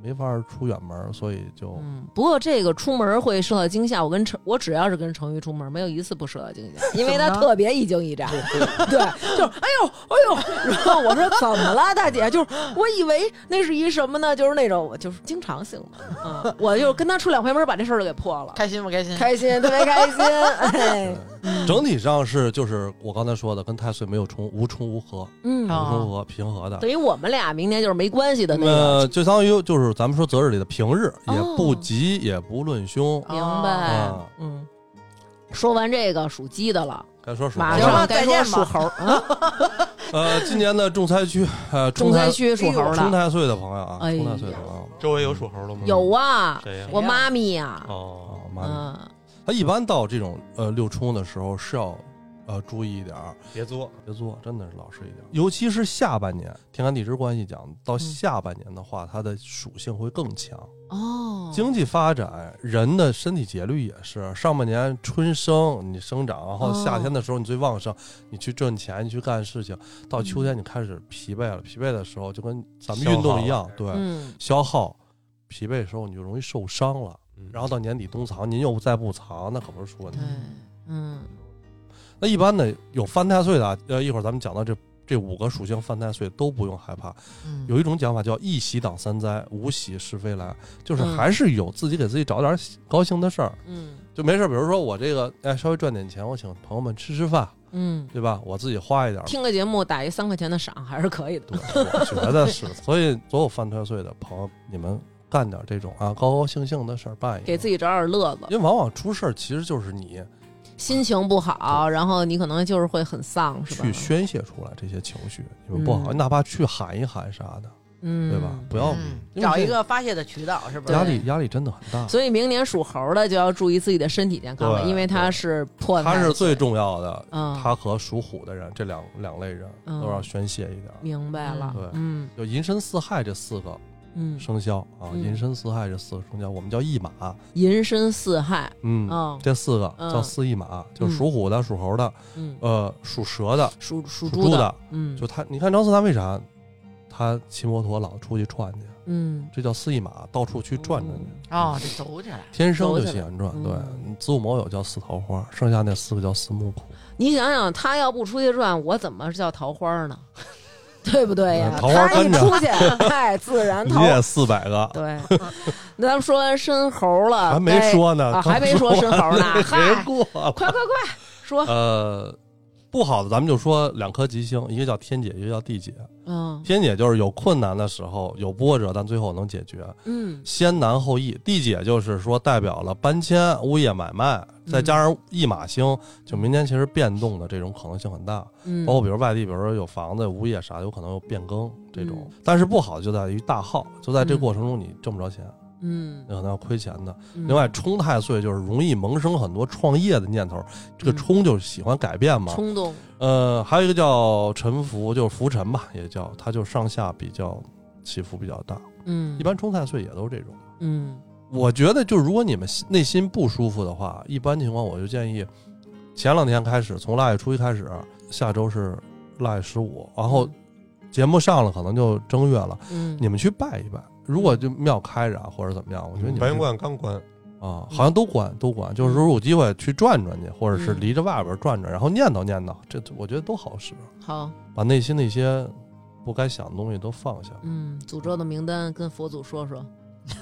没法出远门，所以就嗯。不过这个出门会受到惊吓，我跟程我只要是跟程昱出门，没有一次不受到惊吓，因为他特别一惊一乍。对，就是哎呦哎呦，然后我说怎么了，大姐？就是我以为那是一什么呢？就是那种我就是经常性的，嗯，我就跟他出两回门，把这事儿就给破了。 开心不开心？ 开心，特别开心。哎， 整体上是就是我刚才说的，跟太岁没有冲无冲无合， 嗯， 无冲无合平和的。 等于我们俩明年就是没关系的那个， 呃，就相当于就是咱们说择日里的平日， 哦也不吉也不论凶。 明白？ 啊嗯，说完这个属鸡的了， 该说属马猴了。 上该说属猴啊。 呃，今年的仲裁区，呃， 仲裁区属猴的， 冲太岁的朋友啊， 哎冲太岁的朋友， 周围有属猴的吗？ 有啊， 谁呀？ 我妈咪呀。 哦， 妈咪， 嗯， 他一般到这种呃六冲的时候是要呃注意一点儿， 别作， 别作，真的是老实一点。尤其是下半年，天干地支关系讲，到下半年的话，它的属性会更强。 哦， 经济发展，人的身体节律也是，上半年春生你生长，然后夏天的时候你最旺盛，你去挣钱，你去干事情，到秋天你开始疲惫了，疲惫的时候就跟咱们运动一样，对， 嗯， 消耗，疲惫的时候你就容易受伤了。然后到年底冬藏，您又再不藏，那可不是出问题。 嗯， 那一般的有犯太岁的，呃，一会儿咱们讲到这这五个属性犯太岁都不用害怕。 嗯， 有一种讲法叫一喜挡三灾，无喜是非来，就是还是有自己给自己找点高兴的事儿。 嗯， 就没事，比如说我这个哎稍微赚点钱，我请朋友们吃吃饭， 嗯， 对吧？我自己花一点， 听个节目打一三块钱的赏还是可以的。 对，我觉得是。所以所有犯太岁的朋友，你们干点这种啊高高兴兴的事儿，办一个， 给自己找点乐子。 因为往往出事儿其实就是你心情不好，然后你可能就是会很丧，是吧？ 去宣泄出来这些情绪，你们不好， 嗯、 哪怕去喊一喊啥的， 嗯， 对吧？不要、 嗯、找一个发泄的渠道，是不是？ 压力压力真的很大。 所以明年属猴的就要注意自己的身体健康了，因为它是破太岁， 它是最重要的。 嗯， 它和属虎的人这两两类人都要宣泄一点。 嗯、明白了， 对， 嗯， 就寅申巳亥这四个。 嗯， 生肖啊， 嗯、 寅申巳亥这四个生肖，我们叫驿马。 寅申巳亥， 嗯， 哦、 这四个叫四驿马，嗯、就属虎的、属猴的， 嗯， 呃，属蛇的、 属属猪的， 的，嗯， 就他，你看张思楠为啥他骑摩托老出去串去？ 嗯， 这叫四驿马，到处去转转去。 哦，这走起来， 天生就喜欢转。 嗯、 对，子午卯酉叫四桃花，剩下那四个叫四木苦。 你想想，他要不出去转，我怎么叫桃花呢？对不对呀？ 桃花他一出去，哎，自然桃花。 你也四百个。 对，那咱们说完申猴了， 还没说呢， 啊、还没说申猴呢， 别过了， 快快快说。 呃，不好的咱们就说两颗吉星，一个叫天解，一个叫地解。 嗯， 天解就是有困难的时候有波折，但最后能解决。 嗯， 先难后易。地解就是说代表了搬迁、物业买卖，再加上驿马星，就明年其实变动的这种可能性很大。 嗯， 包括比如外地，比如说有房子、物业啥，有可能有变更这种。嗯、但是不好就在于大耗，就在这过程中你挣不着钱。 嗯， 有可能要亏钱的。 嗯、 另外，冲太岁就是容易萌生很多创业的念头。这个冲就是喜欢改变嘛， 冲动。 呃，还有一个叫沉浮，就是浮沉吧，也叫它就上下比较起伏比较大。 嗯， 一般冲太岁也都是这种。 嗯， 我觉得就如果你们内心不舒服的话，一般情况我就建议前两天开始，从腊月初一开始，下周是腊月十五，然后节目上了可能就正月了。 嗯， 你们去拜一拜。如果就庙开着或者怎么样，我觉得你白云观刚关啊，好像都关都关，就是说有机会去转转去，或者是离着外边转转，然后念叨念叨，这我觉得都好使。 好， 把内心那些不该想的东西都放下。 嗯，诅咒的名单跟佛祖说说。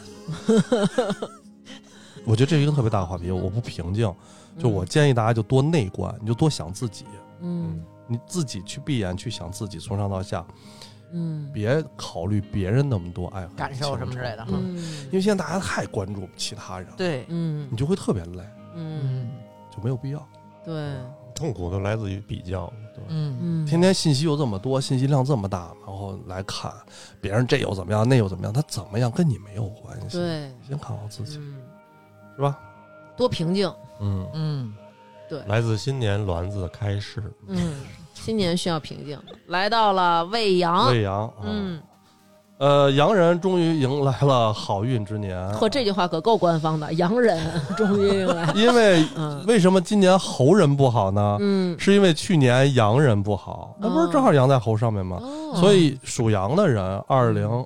我觉得这是一个特别大的话题，我不平静，就我建议大家就多内观，你就多想自己。 嗯， 你自己去闭眼去想自己，从上到下。 嗯， 别考虑别人那么多爱感受什么之类的， 嗯， 因为现在大家太关注其他人， 对， 嗯， 你就会特别累， 嗯， 就没有必要。 对， 痛苦都来自于比较， 对， 嗯， 天天信息又这么多，信息量这么大，然后来看别人这又怎么样，那又怎么样，他怎么样跟你没有关系， 对， 先看好自己， 嗯、 是吧？ 多平静， 嗯嗯， 对， 来自新年卵子的开始， 嗯。新年需要平静，来到了未羊， 未羊， 嗯， 呃，羊人终于迎来了好运之年。 呵，这句话可够官方的，羊人终于迎来。 因为、嗯、为什么今年猴人不好呢？ 嗯， 是因为去年羊人不好，那、哦、不是正好羊在猴上面吗？ 哦、 所以属羊的人，二零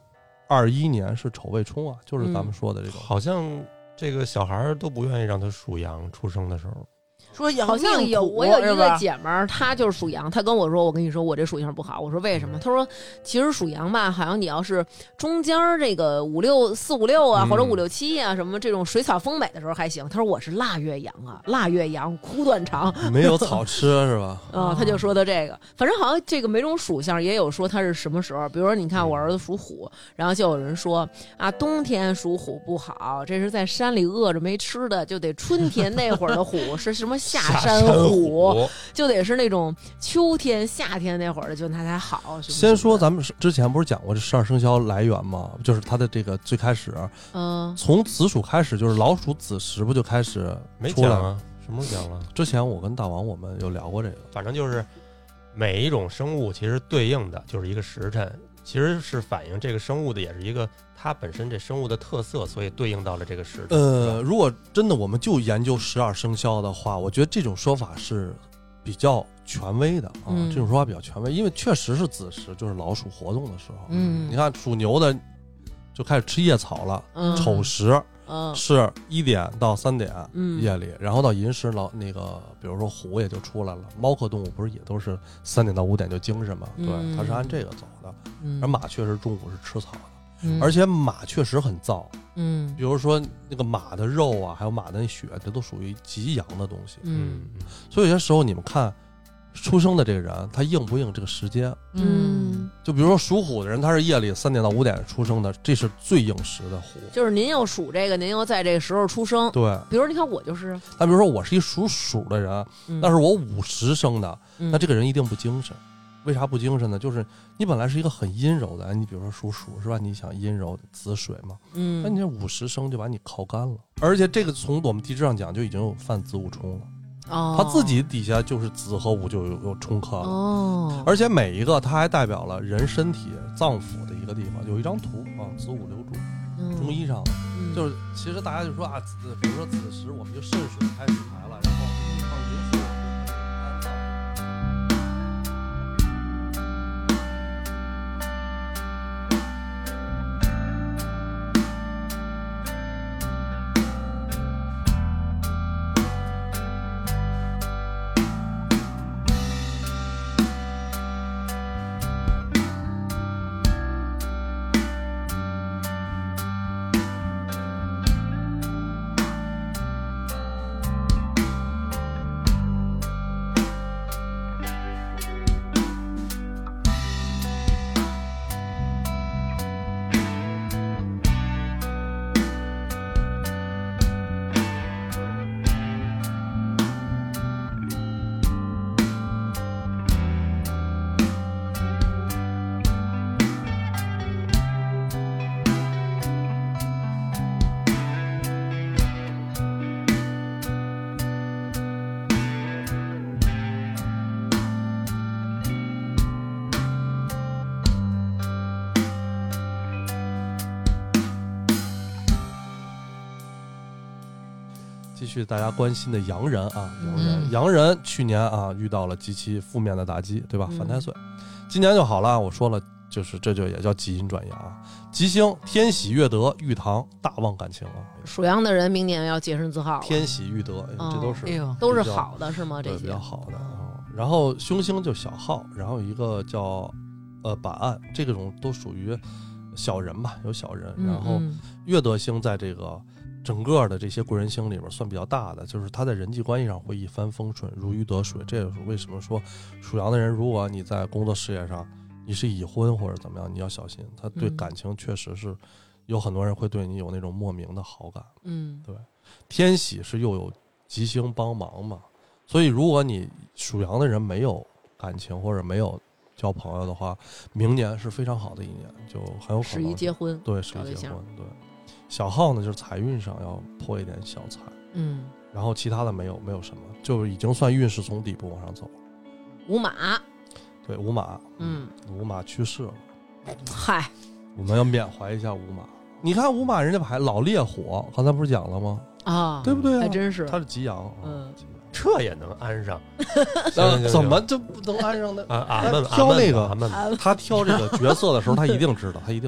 二一年是丑未冲啊，就是咱们说的这种。 嗯、好像这个小孩都不愿意让他属羊，出生的时候。 说好像有我有一个姐们儿，她就是属羊，她跟我说，我跟你说我这属相不好，我说为什么？她说其实属羊吧，好像你要是中间这个五六四五六啊，或者五六七啊，什么这种水草丰美的时候还行。她说我是腊月羊啊，腊月羊枯断肠， 没有草吃是吧？ 啊、嗯，她就说的这个，反正好像这个每种属相也有说它是什么时候，比如说你看我儿子属虎，然后就有人说啊，冬天属虎不好，这是在山里饿着没吃的，就得春天那会儿的虎是什么？下山虎, 虎就得是那种秋天夏天那会儿的，就那才好。 先说咱们之前不是讲过这十二生肖来源吗？就是它的这个最开始，嗯，从子鼠开始，就是老鼠子时不就开始出来了？什么时候讲了？ 之前我跟大王我们有聊过这个， 反正就是每一种生物其实对应的就是一个时辰，其实是反映这个生物的，也是一个它本身这生物的特色，所以对应到了这个时辰。 呃，如果真的我们就研究十二生肖的话，我觉得这种说法是比较权威的啊，嗯、这种说法比较权威，因为确实是子时，就是老鼠活动的时候。嗯，你看属牛的就开始吃叶草了，嗯、丑时。嗯，是一点到三点夜里，嗯、然后到寅时老那个，比如说虎也就出来了。猫科动物不是也都是三点到五点就精神嘛？嗯、对，它是按这个走的。嗯、而马确实中午是吃草的，嗯、而且马确实很燥。嗯，比如说那个马的肉啊，还有马的那血，这都属于极阳的东西。嗯，所以有些时候你们看出生的这个人，他应不应这个时间？嗯，就比如说属虎的人，他是夜里三点到五点出生的，这是最应时的虎。 就是您又属这个，您又在这个时候出生。 对， 比如你看我就是， 那比如说我是一属鼠的人，嗯、但是我午时生的，嗯、那这个人一定不精神。为啥不精神呢？就是你本来是一个很阴柔的，你比如说属鼠是吧？你想阴柔子水嘛，嗯，那你这午时生就把你烤干了。而且这个从我们地支上讲就已经有犯子午冲了。哦，他自己底下就是子和午就有有冲克了哦，而且每一个它还代表了人身体脏腑的一个地方，有一张图啊，子午流注，嗯、中医上的，嗯、就是其实大家就说啊，子比如说子时我们就肾水开始排了，然后放寅时肝脏。继续大家关心的羊人啊，羊人，嗯、羊人去年啊遇到了极其负面的打击，对吧？犯太岁，嗯、今年就好了。我说了，就是这就也叫吉阴转阳，吉星天喜月德玉堂，大旺感情啊。 属羊的人明年要洁身自好。 天喜玉德，哦、这都是、 哎、都是好的，是吗？这些比较好的。哦、然后凶星就小耗，然后一个叫呃板岸，这种都属于小人吧，有小人。嗯、然后月德星在这个。整个的这些贵人星里面算比较大的，就是他在人际关系上会一帆风顺，如鱼得水。这也是为什么说属羊的人，如果你在工作事业上你是已婚或者怎么样，你要小心，他对感情确实是有很多人会对你有那种莫名的好感。嗯，对。天喜是又有吉星帮忙嘛，所以如果你属羊的人没有感情或者没有交朋友的话，明年是非常好的一年，就很有可能适宜结婚。 对，适宜结婚。对。小号呢，就是财运上要破一点小财，嗯，然后其他的没有没有什么，就已经算运势从底部往上走。 午马， 对，午马，嗯，午马去世了， 嗨， 我们要缅怀一下午马。你看午马人家牌老烈火，刚才不是讲了吗？ 啊， 对不对、啊？ 还真是， 他是吉阳， 嗯，这也能安上， 呃、怎么就不能安上呢？ 啊，俺们挑那个，他挑这个角色的时候，他一定知道，他一定懂。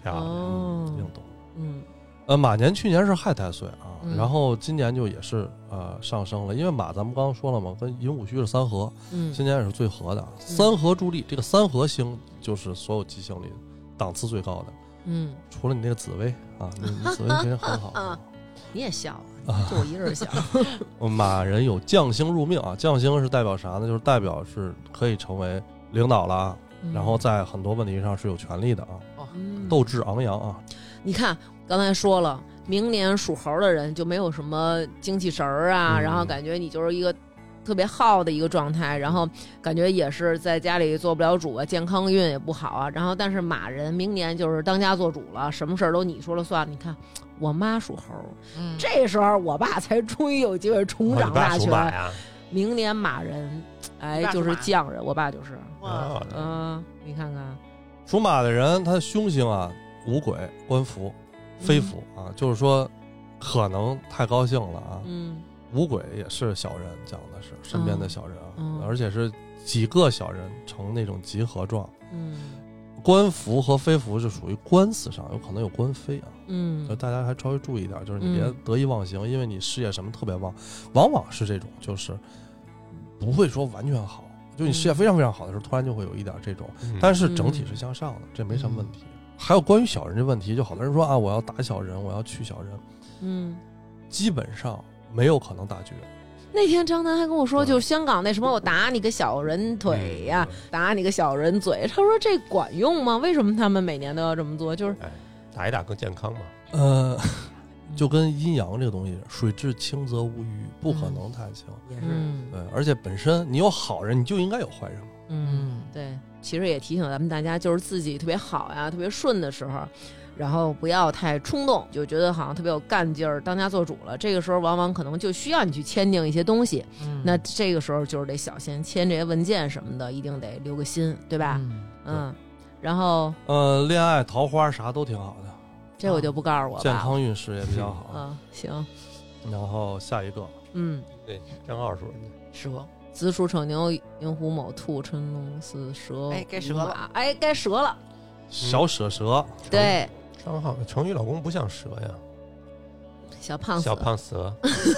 漂亮， 哦， 应懂。 嗯呃，马年去年是亥太岁啊， 嗯然后今年就也是呃上升了，因为马咱们刚刚说了嘛，跟寅午戌是三合， 嗯， 今年也是最合的，三合助力，这个三合星就是所有吉星里档次最高的， 嗯， 除了你那个紫薇啊，你你紫薇其实很好啊，你也笑啊， 就我一人笑。 马人有将星入命啊，将星是代表啥呢？就是代表是可以成为领导了， 嗯然后在很多问题上是有权利的啊， 嗯斗志昂扬啊。 你看刚才说了，明年属猴的人就没有什么精气神儿啊， 嗯然后感觉你就是一个特别耗的一个状态，然后感觉也是在家里做不了主啊，健康运也不好啊。然后但是马人明年就是当家做主了，什么事儿都你说了算。你看我妈属猴， 嗯， 这时候我爸才终于有机会重哦你爸掌大权。 属马呀？ 明年马人，哎你，爸属就是马匠人，我爸就是， 哇， 哦嗯、你看看， 属马的人，他凶星啊，五鬼、官符、飞符啊，就是说可能太高兴了啊。 嗯五鬼也是小人，讲的是身边的小人啊， 嗯而且是几个小人成那种集合状。 嗯官符和飞符是属于官司上，有可能有官非啊， 嗯所以大家还稍微注意一点，就是你别嗯得意忘形，因为你事业什么特别旺，往往是这种，就是不会说完全好，就你事业非常非常好的时候，突然就会有一点这种， 嗯但是整体是向上的，这没什么问题。还有关于小人这问题，就好多人说啊，我要打小人，我要去小人， 嗯。 基本上没有可能打绝。 那天张楠还跟我说， 对就是香港那什么，我打你个小人腿呀、 嗯打你个小人嘴。他说这管用吗？为什么他们每年都要这么做？就是哎，打一打更健康嘛。 呃，就跟阴阳这个东西，水至清则无鱼，不可能太清。 也是， 嗯对，而且本身你有好人，你就应该有坏人嘛。 嗯，对，其实也提醒咱们大家，就是自己特别好呀、特别顺的时候，然后不要太冲动，就觉得好像特别有干劲儿，当家做主了。这个时候往往可能就需要你去签订一些东西， 嗯那这个时候就是得小心签这些文件什么的，一定得留个心，对吧？ 嗯嗯，然后呃，恋爱、桃花啥都挺好的， 这我就不告诉我吧。 健康运势也比较好。 嗯，行， 然后下一个， 嗯， 对，正好属蛇， 子鼠、丑牛、寅虎、卯兔、辰龙、巳蛇， 哎该蛇了午马，哎，该蛇了。 小蛇蛇， 对， 正好成语老公不像蛇呀， 小胖死， 小胖蛇。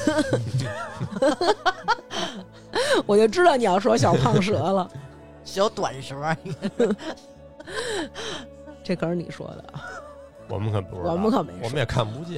我就知道你要说小胖蛇了， 小短蛇， 这可是你说的， 我们可不知道， 我们可没说我们也看不见。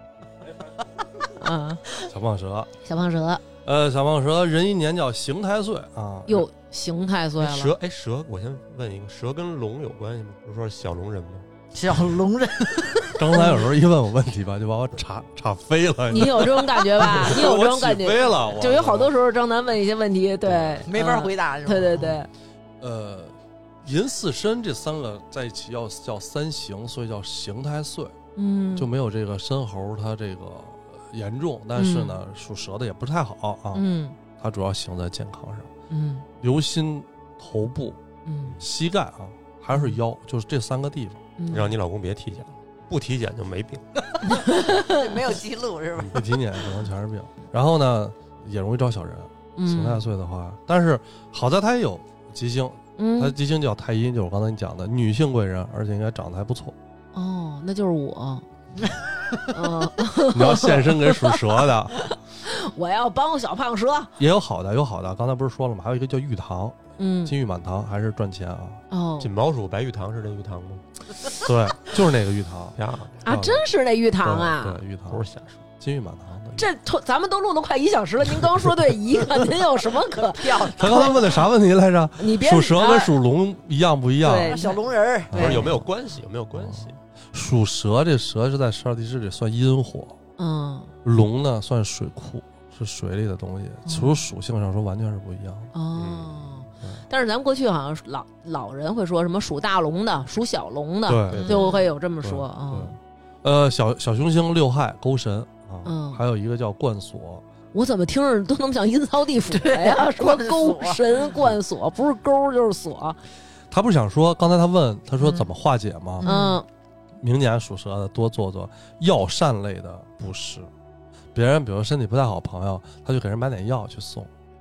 啊， 小胖蛇。 小胖蛇， 呃，小胖蛇壬寅年叫刑太岁啊。 又刑太岁了， 蛇，哎，蛇，我先问一个，蛇跟龙有关系吗？不是说小龙人吗？ 小龙人， 张三有时候一问我问题吧，就把我岔岔飞了。 你有这种感觉吧？你有这种感我起飞觉？ 了，我就有好多时候张楠问一些问题，对， 没法嗯回答是吧？ 对对对， 呃，寅巳申这三个在一起要叫三刑，所以叫刑太岁， 嗯， 就没有这个申猴它这个严重，但是呢，属蛇的也不是太好啊。 嗯它主要刑在健康上， 嗯留心头部、 嗯膝盖啊，还是腰，就是这三个地方。 嗯， 让你老公别体检了，不体检就没病。 没有记录是吧？ 一体检可能全是病，然后呢，也容易招小人。 嗯刑太岁的话，但是好在它也有吉星，它嗯吉星叫太阴，就是我刚才你讲的女性贵人，而且应该长得还不错。 哦，那就是我，嗯， 你要献身给属蛇的， 我要帮小胖蛇， 也有好的，有好的。刚才不是说了吗？还有一个叫玉堂， 嗯， 金玉满堂，还是赚钱啊？ 哦锦毛鼠白玉堂是这玉堂吗？ 对，就是那个玉堂漂亮， 啊，真是那玉堂啊， 对，对玉堂不是瞎说。 金玉满堂的。 这都咱们都录了快一小时了，您刚说对一个，您有什么可漂亮， 他刚才问的啥问题来着？ 你别属蛇跟属龙一样不一样？ 对小龙人儿， 不是有没有关系？有没有关系？ 属蛇这蛇是在十二地支里算阴火， 嗯龙呢算水库，是水里的东西，从属性上说完全是不一样的。 哦。 嗯但是咱们过去好像是老老人会说什么属大龙的、属小龙的， 对， 就会有这么说对啊。 对呃，小小凶星六害勾神啊， 嗯还有一个叫贯锁， 我怎么听着都那么像阴曹地府的呀？什么勾神贯锁，不是勾就是锁。 他不是想说，刚才他问他说怎么化解吗？ 嗯明年属蛇的多做做药膳类的布施，别人比如身体不太好，朋友他就给人买点药去送，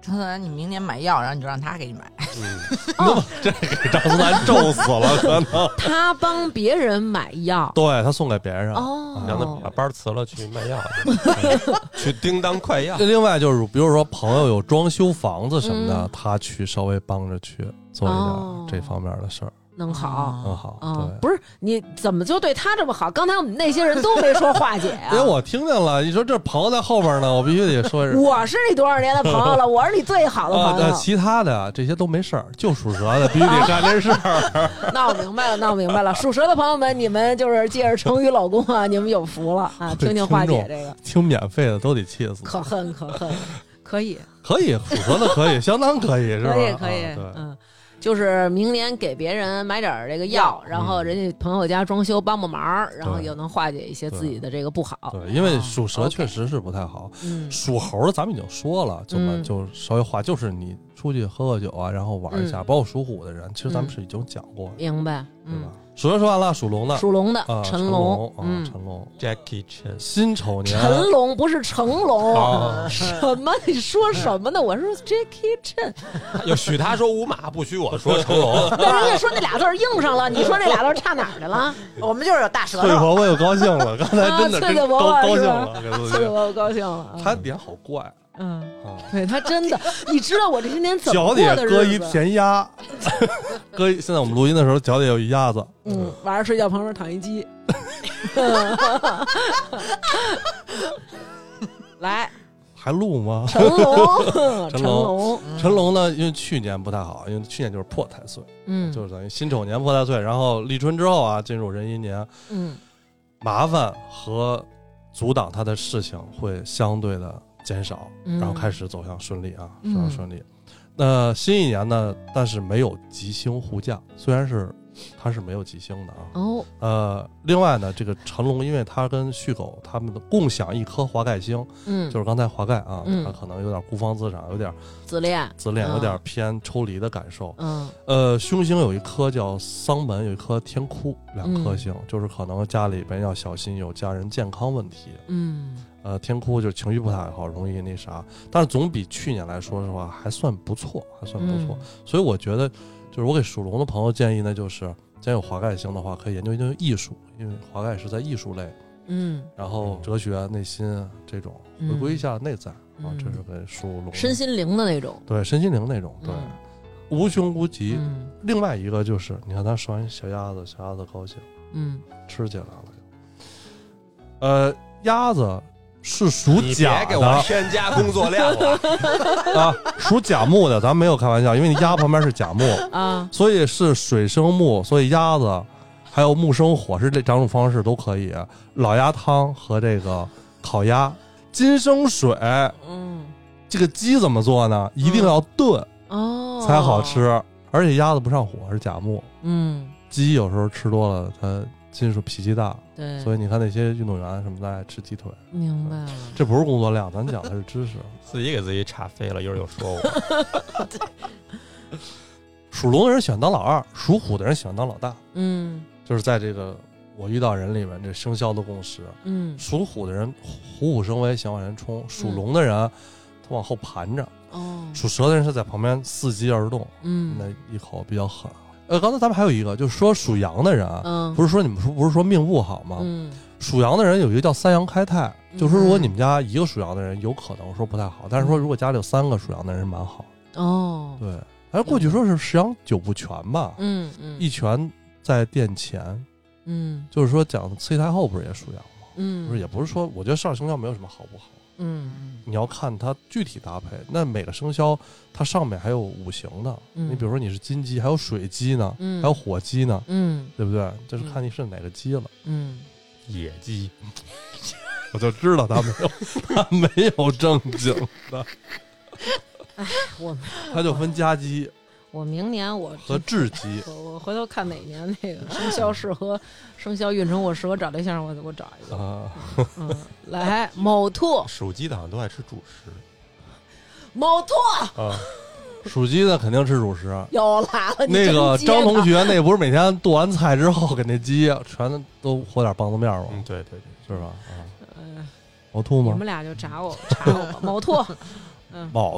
张思楠，你明年买药，然后你就让他给你买。 嗯， 哦， 这给张思楠咒死了，可能他帮别人买药， 对他送给别人哦， 让他把班辞了去卖药去，去叮当快药。 另外就是，比如说朋友有装修房子什么的， 嗯、 他去稍微帮着去做一点这方面的事儿。哦能好， 能好， 哦， 对， 不是你怎么就对他这么好？刚才我们那些人都没说化解呀、啊， 因为我听见了，你说这朋友在后边呢，我必须得说是。 我是你多少年的朋友了，我是你最好的朋友。 啊、其他的这些都没事儿，就属蛇的必须得干这事儿。 那我明白了，那我明白了。属蛇的朋友们，你们就是借着成语老公啊，你们有福了啊！听听化解这个， 听免费的都得气死， 可恨可恨，可以可以，属蛇的可以，相当可以，是吧？ 可以可以， 啊、对嗯。就是明年给别人买点这个药，然后人家朋友家装修帮帮忙，然后又能化解一些自己的这个不好。 对，因为属蛇确实是不太好。 嗯， 属猴的咱们已经说了，就嗯就稍微化，就是你出去喝喝酒啊，然后玩一下。 嗯、 包括属虎的人，其实咱们是已经讲过的。 明白， 对吧？属蛇说完了，属龙的， 属龙的啊， 陈龙， 嗯， 陈龙 ，Jackie Chan， 辛丑年， 陈龙不是成龙， 哦、 什么？你说什么呢？我说 Jackie Chan， 要许他说五马，不许我说成龙。 那人家说那俩字应上了，你说那俩字差哪儿去了？ 我们就是有大舌头。 翠婆婆又高兴了，刚才真的啊、 真高高兴了， 翠婆婆高兴了。 他脸好怪。 嗯，对他真的，你知道我这些年怎么脚底搁一甜鸭，搁现在我们录音的时候，脚底有一鸭子。 嗯，晚上睡觉旁边躺一鸡。来， 还录吗？ 成龙， 成龙， 成龙呢？因为去年不太好，因为去年就是破太岁， 嗯， 就是等于辛丑年破太岁，然后立春之后啊，进入壬寅年， 嗯， 麻烦和阻挡他的事情会相对的减少，然后开始走向顺利啊，走向顺利。那、呃、新一年呢？但是没有吉星护驾，虽然是它是没有吉星的啊。 哦， 呃，另外呢，这个辰龙，因为它跟戌狗它们的共享一颗华盖星， 嗯， 就是刚才华盖啊， 嗯、 它可能有点孤芳自赏，有点自恋， 自恋，有点偏抽离的感受。 嗯， 呃，凶星有一颗叫丧门，有一颗天哭，两颗星，嗯、就是可能家里边要小心有家人健康问题。 嗯。 呃，天哭就是情绪不太好，容易那啥，但是总比去年来说的话还算不错，还算不错。嗯、所以我觉得，就是我给属龙的朋友建议呢，就是既然有华盖星的话，可以研究研究艺术，因为华盖是在艺术类， 嗯， 然后哲学、内心这种回归一下内在、嗯、啊，这是给属龙身心灵的那种， 对，身心灵那种，对，嗯、无凶无吉。 嗯、 另外一个就是，你看他说完小鸭子，小鸭子高兴， 嗯， 吃起来了，呃，鸭子。是属甲的， 你别给我添加工作量了啊！属甲木的，咱没有开玩笑，因为你鸭旁边是甲木啊， 所以是水生木，所以鸭子还有木生火是这两种方式都可以。老鸭汤和这个烤鸭，金生水， 嗯， 这个鸡怎么做呢？一定要炖哦才好吃，而且鸭子不上火，是甲木， 嗯， 鸡有时候吃多了它金属脾气大， 对， 所以你看那些运动员什么的爱吃鸡腿。 明白了， 这不是工作量，咱讲的是知识。 自己给自己岔飞了，一会儿又说我。 属龙的人喜欢当老二，属虎的人喜欢当老大。 嗯， 就是在这个我遇到人里面，这生肖的共识。 嗯， 属虎的人虎虎生威，想往前冲；属龙的人、嗯、他往后盘着。 哦， 属蛇的人是在旁边伺机而动。 嗯， 那一口比较狠。呃，刚才咱们还有一个，就是说属羊的人啊， 嗯， 不是说你们说不是说命不好吗？ 嗯， 属羊的人有一个叫三羊开泰，嗯、就是说如果你们家一个属羊的人，有可能说不太好，但是说如果家里有三个属羊的人，蛮好。 哦， 对，哎，过去说是十羊九不全吧？ 嗯嗯， 一全在殿前， 嗯， 就是说讲慈禧太后不是也属羊吗？ 嗯， 不是，也不是说，我觉得十二生肖没有什么好不好。 嗯， 你要看它具体搭配，那每个生肖它上面还有五行的， 嗯、 你比如说你是金鸡，还有水鸡呢， 嗯、 还有火鸡呢， 嗯， 对不对？就是看你是哪个鸡了。 嗯， 野鸡， 我就知道他没有，他没有正经的。 哎，我他就分家鸡。 我明年我和雉鸡， 我我回头看哪年那个生肖适合生肖运程，我适合找对象，我我找一个啊。 嗯，来，卯兔， 属鸡的好像都爱吃主食。 卯兔啊， 属鸡的肯定吃主食。 又来了， 那个张同学，那不是每天剁完菜之后给那鸡全都和点棒子面吗？ 嗯，对对对， 是吧？啊， 嗯， 卯兔吗？ 你们俩就查我查我吧，卯兔。 卯兔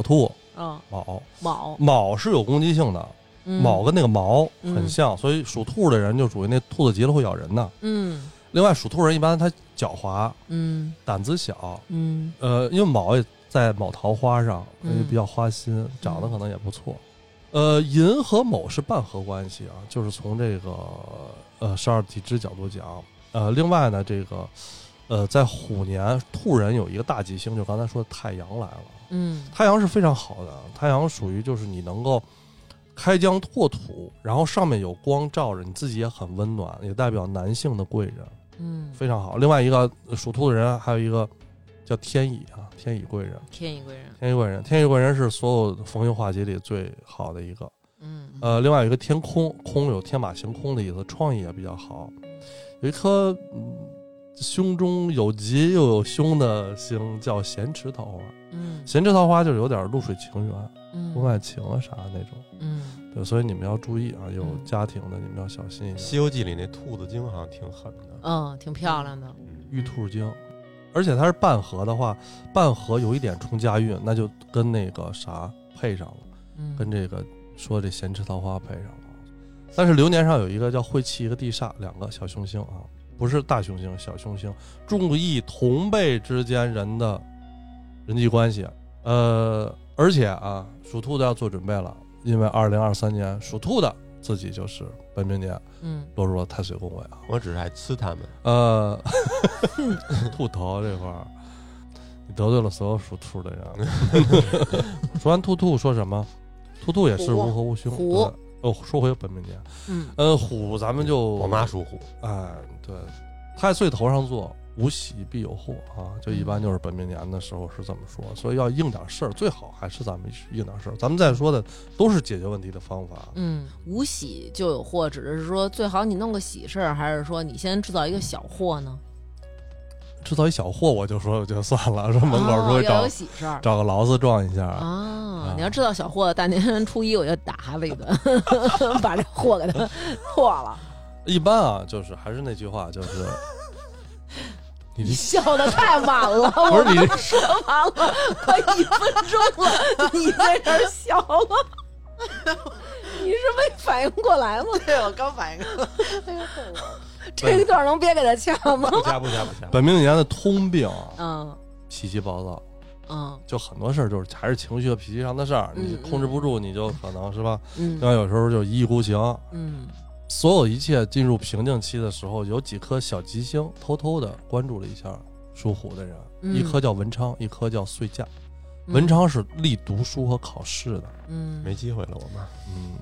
嗯， 卯卯卯是有攻击性的， 嗯卯跟那个毛很像，所以属兔的人就属于那兔子急了会咬人的。 嗯， 另外属兔人一般他狡猾， 嗯， 胆子小， 嗯， 呃，因为卯也在卯桃花上，所以嗯比较花心，长得可能也不错。呃，寅和卯是半合关系啊，就是从这个呃十二地支角度讲。呃，另外呢，这个呃在虎年兔人有一个大吉星，就刚才说的太阳来了。 嗯， 太阳是非常好的，太阳属于就是你能够开疆拓土，然后上面有光照着，你自己也很温暖，也代表男性的贵人， 嗯， 非常好。另外一个属兔的人还有一个叫天乙啊，天乙贵人， 天乙贵人， 天乙贵人，天乙贵人是所有逢凶化吉里最好的一个。 嗯， 呃，另外有一个天空，空有天马行空的意思，创意也比较好。有一颗嗯胸中有吉又有凶的星叫咸池桃花。 嗯， 咸池桃花就是有点露水情缘， 嗯， 婚外情啊啥的那种。 嗯， 对，所以你们要注意啊，有家庭的你们要小心一点。 西游记里那兔子精好像挺狠的， 嗯，挺漂亮的， 玉兔精，而且它是半合的话，半合有一点冲家运，那就跟那个啥配上了， 嗯， 跟这个说这咸池桃花配上了。但是流年上有一个叫晦气，一个地煞，两个小凶星啊，不是大凶星，小凶星，注意同辈之间人的人际关系。呃，而且啊，属兔的要做准备了，因为二零二三年属兔的自己就是本命年， 嗯， 落入了太岁宫位啊。 我只是爱呲他们。 呃，兔头这块儿，你得罪了所有属兔的人。说完兔兔说什么？兔兔也是无合无凶。 虎。 哦，说回本命年， 嗯， 呃，虎咱们就我妈属虎， 哎，对，太岁头上坐，无喜必有祸啊，就一般就是本命年的时候是这么说，所以要应点事儿，最好还是咱们应点事儿。咱们再说的都是解决问题的方法。 嗯，无喜就有祸，指的是说最好你弄个喜事儿，还是说你先制造一个小祸呢？ 制造一小祸，我就说就算了，说门口说哦、 找、 要有喜事儿， 找个劳斯撞一下啊、 哦。 你要制造小祸，大年初一我就打孩子一顿，把这祸给他破了。 一般啊，就是还是那句话，就是你笑的太晚了，我都说完了，快一分钟了，你在这儿笑了，你是没反应过来吗？ 对，我刚反应过来。哎呦， 这一段能别给他掐吗？ 不掐不掐不掐。 本命年的通病， 嗯， 脾气暴躁， 嗯， 就很多事儿就是还是情绪和脾气上的事儿，你控制不住，你就可能是吧， 嗯， 另外有时候就一意孤行， 嗯， 所有一切进入瓶颈期的时候，有几颗小吉星偷偷的关注了一下属虎的人， 嗯、 一颗叫文昌，一颗叫岁驾。嗯、文昌是立读书和考试的， 嗯， 没机会了，我妈， 嗯，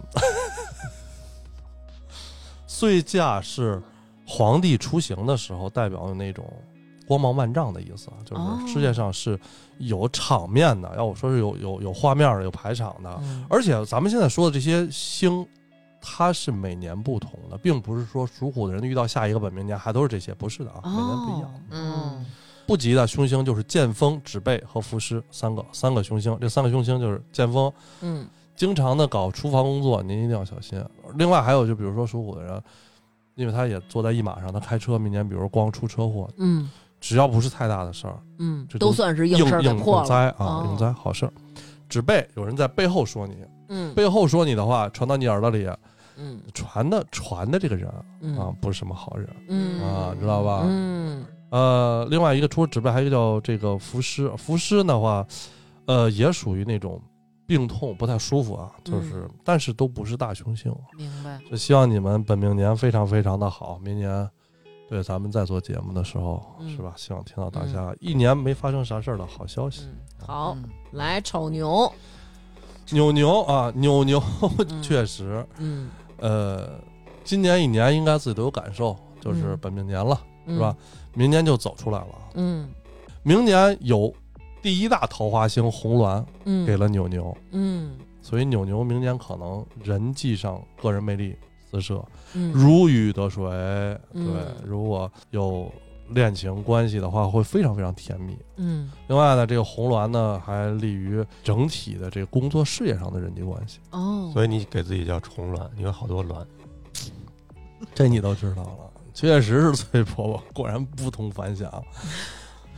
岁驾是皇帝出行的时候代表的那种光芒万丈的意思，就是世界上是有场面的，要我说是有有有画面的，有排场的， 嗯、 而且咱们现在说的这些星。它是每年不同的，并不是说属虎的人遇到下一个本命年还都是这些，不是的啊， 哦、 每年不一样。 嗯， 不吉的凶星就是剑锋、指背和伏尸三个，三个凶星。这三个凶星就是剑锋， 嗯， 经常的搞厨房工作，您一定要小心。另外还有就比如说属虎的人，因为他也坐在一马上，他开车，明年比如光出车祸， 嗯， 只要不是太大的事儿， 嗯， 这都算是硬事儿给破了， 应灾啊， 哦、 应灾好事儿。指背有人在背后说你， 嗯， 背后说你的话传到你耳朵里。 嗯， 传的传的这个人、 嗯、 啊，不是什么好人， 嗯啊，知道吧？ 嗯， 呃，另外一个除了指背，还有一个叫这个伏尸。伏尸的话，呃，也属于那种病痛不太舒服啊，就是， 嗯、 但是都不是大凶星。 明白。 就希望你们本命年非常非常的好，明年对咱们在做节目的时候， 嗯、 是吧？希望听到大家、嗯、一年没发生啥事儿的好消息。 嗯、好，嗯、来丑牛， 牛牛啊，牛牛确实， 嗯。 呃，今年一年应该自己都有感受，就是本命年了， 嗯、 是吧？明年就走出来了。 嗯， 明年有第一大桃花星红鸾， 嗯， 给了牛牛， 嗯， 所以牛牛明年可能人际上个人魅力四射， 嗯， 如鱼得水。 嗯、 对，如果有恋情关系的话，会非常非常甜蜜。 嗯， 另外呢，这个红鸾呢，还利于整体的这个工作事业上的人际关系。 哦， 所以你给自己叫重鸾，你有好多鸾， 这你都知道了，确实是崔婆婆，果然不同凡响。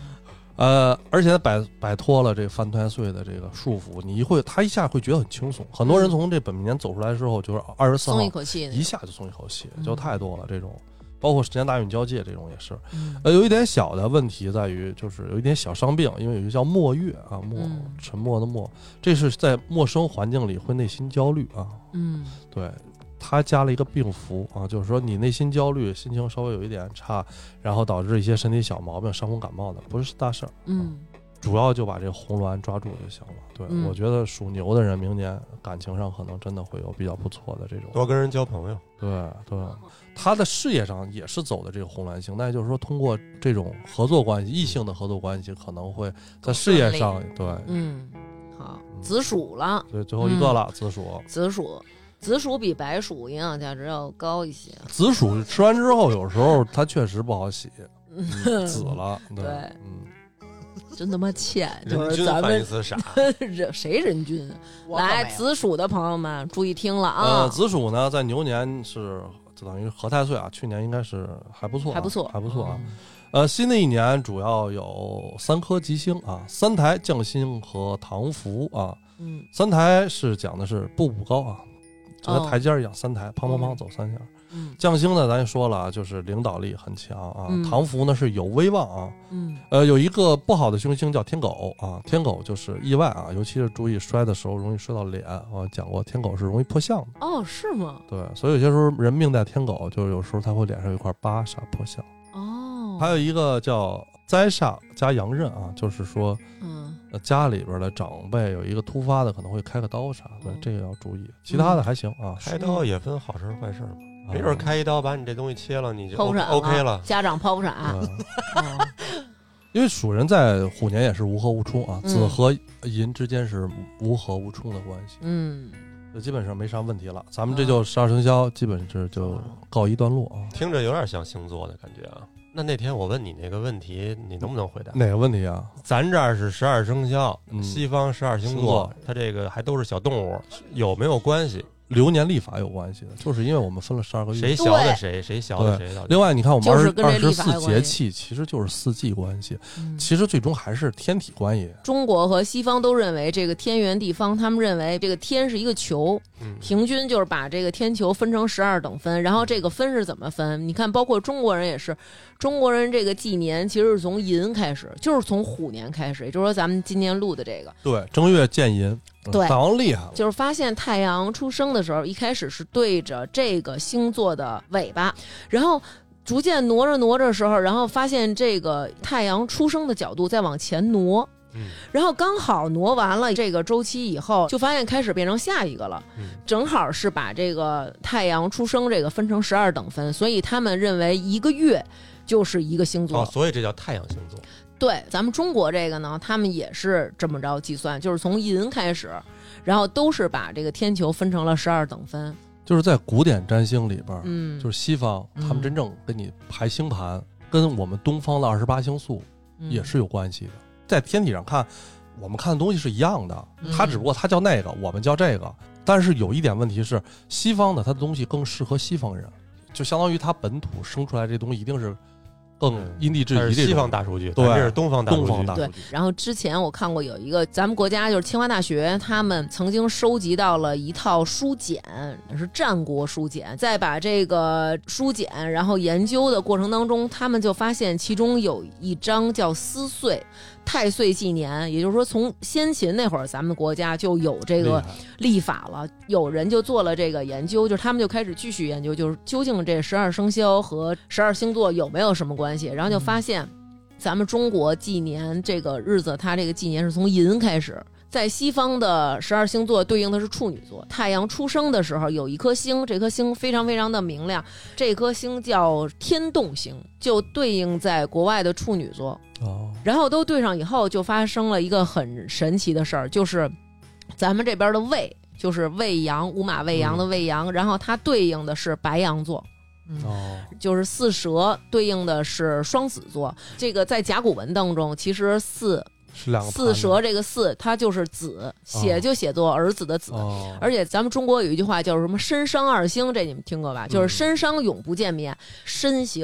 呃，而且摆摆脱了这个犯太岁的这个束缚，你一会他一下会觉得很轻松。很多人从这本命年走出来之后，就是二十四号松一口气， 一下就松一口气， 嗯、 就太多了这种。包括时间大运交界这种也是， 嗯、 呃，有一点小的问题在于，就是有一点小伤病，因为有一个叫墨月啊，墨、 嗯、 沉默的默，这是在陌生环境里会内心焦虑啊。 嗯， 对，他加了一个病符啊，就是说你内心焦虑，心情稍微有一点差，然后导致一些身体小毛病、伤风感冒的，不是大事儿。 嗯， 主要就把这个红鸾抓住就行了。对、嗯，我觉得属牛的人明年感情上可能真的会有比较不错的这种， 多跟人交朋友。 对对。他的事业上也是走的这个红鸾星，那也就是说，通过这种合作关系，异性的合作关系，可能会在事业上，对， 嗯，好，子鼠了， 对，最后一个了，嗯、子鼠， 子鼠，子鼠比白鼠营养价值要高一些。 子鼠吃完之后，有时候它确实不好洗，嗯、紫了，对， 对嗯， 真他妈欠，就是咱们傻， 谁人均？来，子鼠的朋友们注意听了啊！ 呃，子鼠呢，在牛年是。就等于合太岁啊，去年应该是还不错、啊， 还不错， 还不错啊。嗯、呃，新的一年主要有三颗吉星啊，三台将星和唐符啊。 嗯， 三台是讲的是步步高啊，就跟台阶一样，哦、三台砰砰砰走三下。 嗯， 将星呢，咱也说了啊，就是领导力很强啊。 嗯、 唐符呢是有威望啊。 嗯， 呃，有一个不好的凶星叫天狗啊，天狗就是意外啊，尤其是注意摔的时候容易摔到脸啊。讲过天狗是容易破相的。 哦，是吗？ 对，所以有些时候人命带天狗，就有时候他会脸上有一块疤煞破相。 哦， 还有一个叫灾煞加阳刃啊，就是说， 嗯， 呃，家里边的长辈有一个突发的，可能会开个刀啥的，这个要注意。其他的还行啊， 开刀也分好事坏事嘛。没准开一刀把你这东西切了，你就 OK 了。 家长剖腹产， 因为属人在虎年也是无合无冲啊，子和寅之间是无合无冲的关系。 嗯， 这基本上没啥问题了。咱们这就十二生肖基本是就告一段落啊。 听着有点像星座的感觉啊。那那天我问你那个问题，你能不能回答？ 哪个问题啊？ 咱这儿是十二生肖， 嗯、 西方十二星座，它这个还都是小动物，有没有关系？ 流年历法有关系的，就是因为我们分了十二个月， 谁小的谁，谁小的谁。 另外，你看我们二十二十四节气，其实就是四季关系， 嗯、 其实最终还是天体关系。 中国和西方都认为这个天圆地方，他们认为这个天是一个球， 嗯、 平均就是把这个天球分成十二等分，然后这个分是怎么分？你看，包括中国人也是，中国人这个纪年其实是从寅开始，就是从虎年开始，也就是说咱们今年录的这个， 对，正月见寅。 对， 大王厉害了， 就是发现太阳出生的时候，一开始是对着这个星座的尾巴，然后逐渐挪着挪着的时候，然后发现这个太阳出生的角度再往前挪， 嗯， 然后刚好挪完了这个周期以后，就发现开始变成下一个了， 嗯， 正好是把这个太阳出生这个分成十二等分，所以他们认为一个月就是一个星座， 哦，所以这叫太阳星座。 对，咱们中国这个呢，他们也是这么着计算，就是从寅开始，然后都是把这个天球分成了十二等分。 就是在古典占星里边， 嗯， 就是西方他们真正给你排星盘，嗯、跟我们东方的二十八星宿也是有关系的。嗯、在天体上看，我们看的东西是一样的， 嗯、 它只不过它叫那个，我们叫这个。但是有一点问题是，西方的它的东西更适合西方人，就相当于它本土生出来这东西一定是。更因地制宜，这是西方大数据， 对， 这是东方大数据。 对，然后之前我看过有一个咱们国家就是清华大学，他们曾经收集到了一套书简，是战国书简，在把这个书简然后研究的过程当中，他们就发现其中有一章叫司岁。太岁纪年，也就是说从先秦那会儿咱们国家就有这个历法了，有人就做了这个研究，就是他们就开始继续研究，就是究竟这十二生肖和十二星座有没有什么关系，然后就发现咱们中国纪年这个日子，它这个纪年是从寅开始，在西方的十二星座对应的是处女座，太阳出生的时候有一颗星，这颗星非常非常的明亮，这颗星叫天动星，就对应在国外的处女座。 哦， 然后都对上以后，就发生了一个很神奇的事儿，就是咱们这边的未，就是未羊，午马未羊的未羊，嗯、然后它对应的是白羊座。 嗯、哦， 就是巳蛇对应的是双子座。这个在甲骨文当中，其实巳是两个巳蛇这个巳，它就是子，写就写作儿子的子。 哦、 而且咱们中国有一句话叫什么“申商二星”，这你们听过吧？就是申商永不见面，申星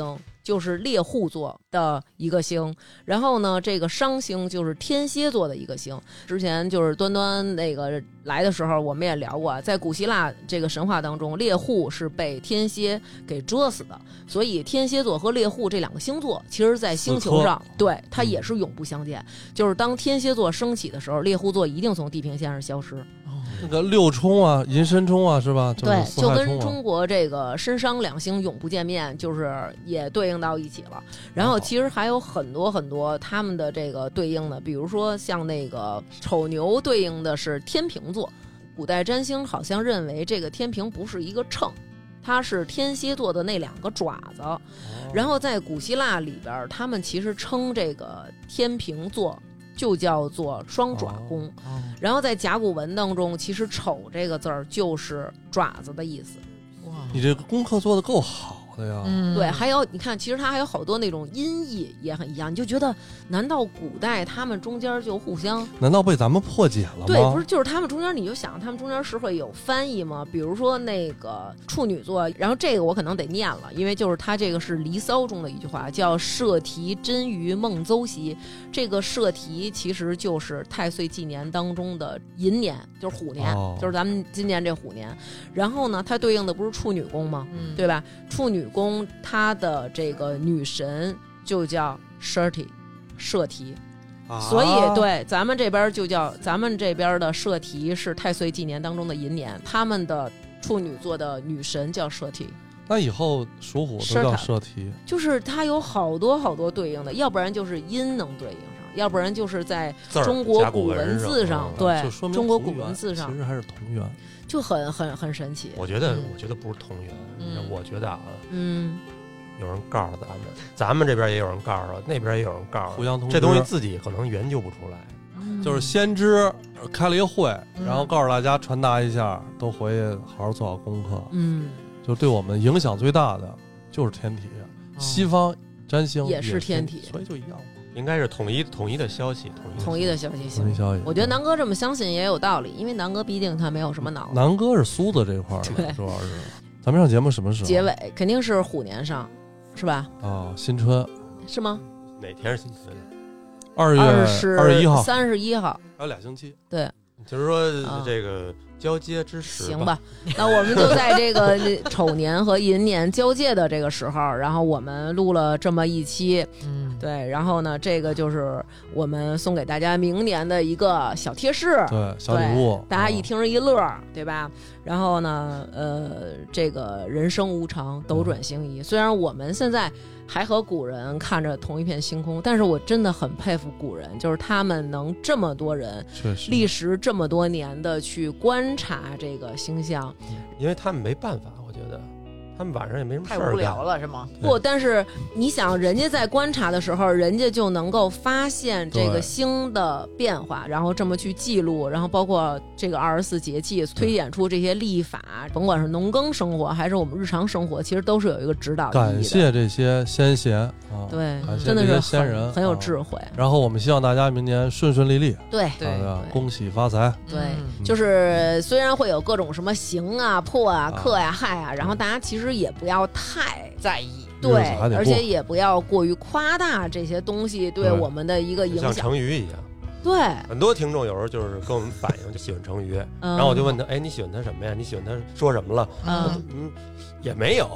就是猎户座的一个星，然后呢，这个商星就是天蝎座的一个星。之前就是端端那个来的时候，我们也聊过，在古希腊这个神话当中，猎户是被天蝎给蛰死的，所以天蝎座和猎户这两个星座，其实在星球上，对它也是永不相见。就是当天蝎座升起的时候，猎户座一定从地平线上消失。 那个六冲啊，寅申冲啊，是吧？ 对，就跟中中国这个申商两星永不见面，就是也对应到一起了。然后其实还有很多很多他们的这个对应的，比如说像那个丑牛对应的是天平座，古代占星好像认为这个天平不是一个秤，它是天蝎座的那两个爪子。然后在古希腊里边，他们其实称这个天平座就叫做双爪宫，哦、然后在甲骨文当中，其实丑这个字儿就是爪子的意思。 哇，你这个功课做得够好的呀！ 嗯、对，还有你看，其实它还有好多那种音译也很一样，你就觉得难道古代他们中间就互相？ 难道被咱们破解了吗？ 对，不是，就是他们中间，你就想他们中间是会有翻译吗？比如说那个处女座，然后这个我可能得念了，因为就是它这个是《离骚》中的一句话，叫“射题真于孟邹兮”。这个射题其实就是太岁纪年当中的寅年，就是虎年，哦、就是咱们今年这虎年。然后呢，它对应的不是处女宫吗？嗯、对吧？处女宫它的这个女神就叫 Sherti 射题。啊、所以对咱们这边就叫咱们这边的射题是太岁纪年当中的寅年，他们的处女座的女神叫射题。 那以后属虎都叫射题， 就是它有好多好多对应的，要不然就是阴能对应上，要不然就是在中国古文字上，对， 就说明中国古文字上其实还是同源， 就很很很神奇。 我觉得，嗯、我觉得不是同源，嗯、我觉得啊， 嗯。 有人告诉咱们，咱们这边也有人告诉，那边也有人告诉， 互相通知。 这东西自己可能研究不出来， 嗯、 就是先知开了一个会，嗯、然后告诉大家传达一下，都回去好好做好功课。 嗯， 就对我们影响最大的就是天体，哦、西方占星也是天体， 所以就一样。 应该是统一统一的消息，统一统一的消息， 统一消息。 我觉得南哥这么相信也有道理，因为南哥毕竟他没有什么脑子。 南哥是苏子这块的，主要是。咱们上节目什么时候？ 结尾肯定是虎年上。是吧？ 哦，新春是吗？ 哪天是新春？ 二月二十一号、 三十一号， 还有俩星期。 对， 就是说这个交接之时。 行吧，那我们就在这个丑年和寅年交界的这个时候，然后我们录了这么一期，嗯，对，然后呢，这个就是我们送给大家明年的一个小贴士， 对，小礼物， 大家一听一乐，哦、对吧？然后呢，呃，这个人生无常，斗转星移。嗯、虽然我们现在还和古人看着同一片星空，但是我真的很佩服古人，就是他们能这么多人，历时这么多年的去观察这个星象， 因为他们没办法，我觉得。他们晚上也没什么事儿干， 太无聊了是吗？ 不，但是你想，人家在观察的时候，人家就能够发现这个星的变化，然后这么去记录，然后包括这个二十四节气推演出这些历法，甭管是农耕生活还是我们日常生活，其实都是有一个指导意义的。 感谢这些先贤啊， 对， 感谢真的是先人， 很, 很有智慧、 啊。然后我们希望大家明年顺顺利利， 对对，恭喜发财。 对，嗯、就是虽然会有各种什么刑啊、破啊、克呀、害啊，然后大家其实也不要太在意， 对，而且也不要过于夸大这些东西对我们的一个影响， 像成语一样。 对， 很多听众有时候就是跟我们反映就喜欢成语，嗯、然后我就问他，哎，你喜欢他什么呀？你喜欢他说什么了？嗯，嗯也没有。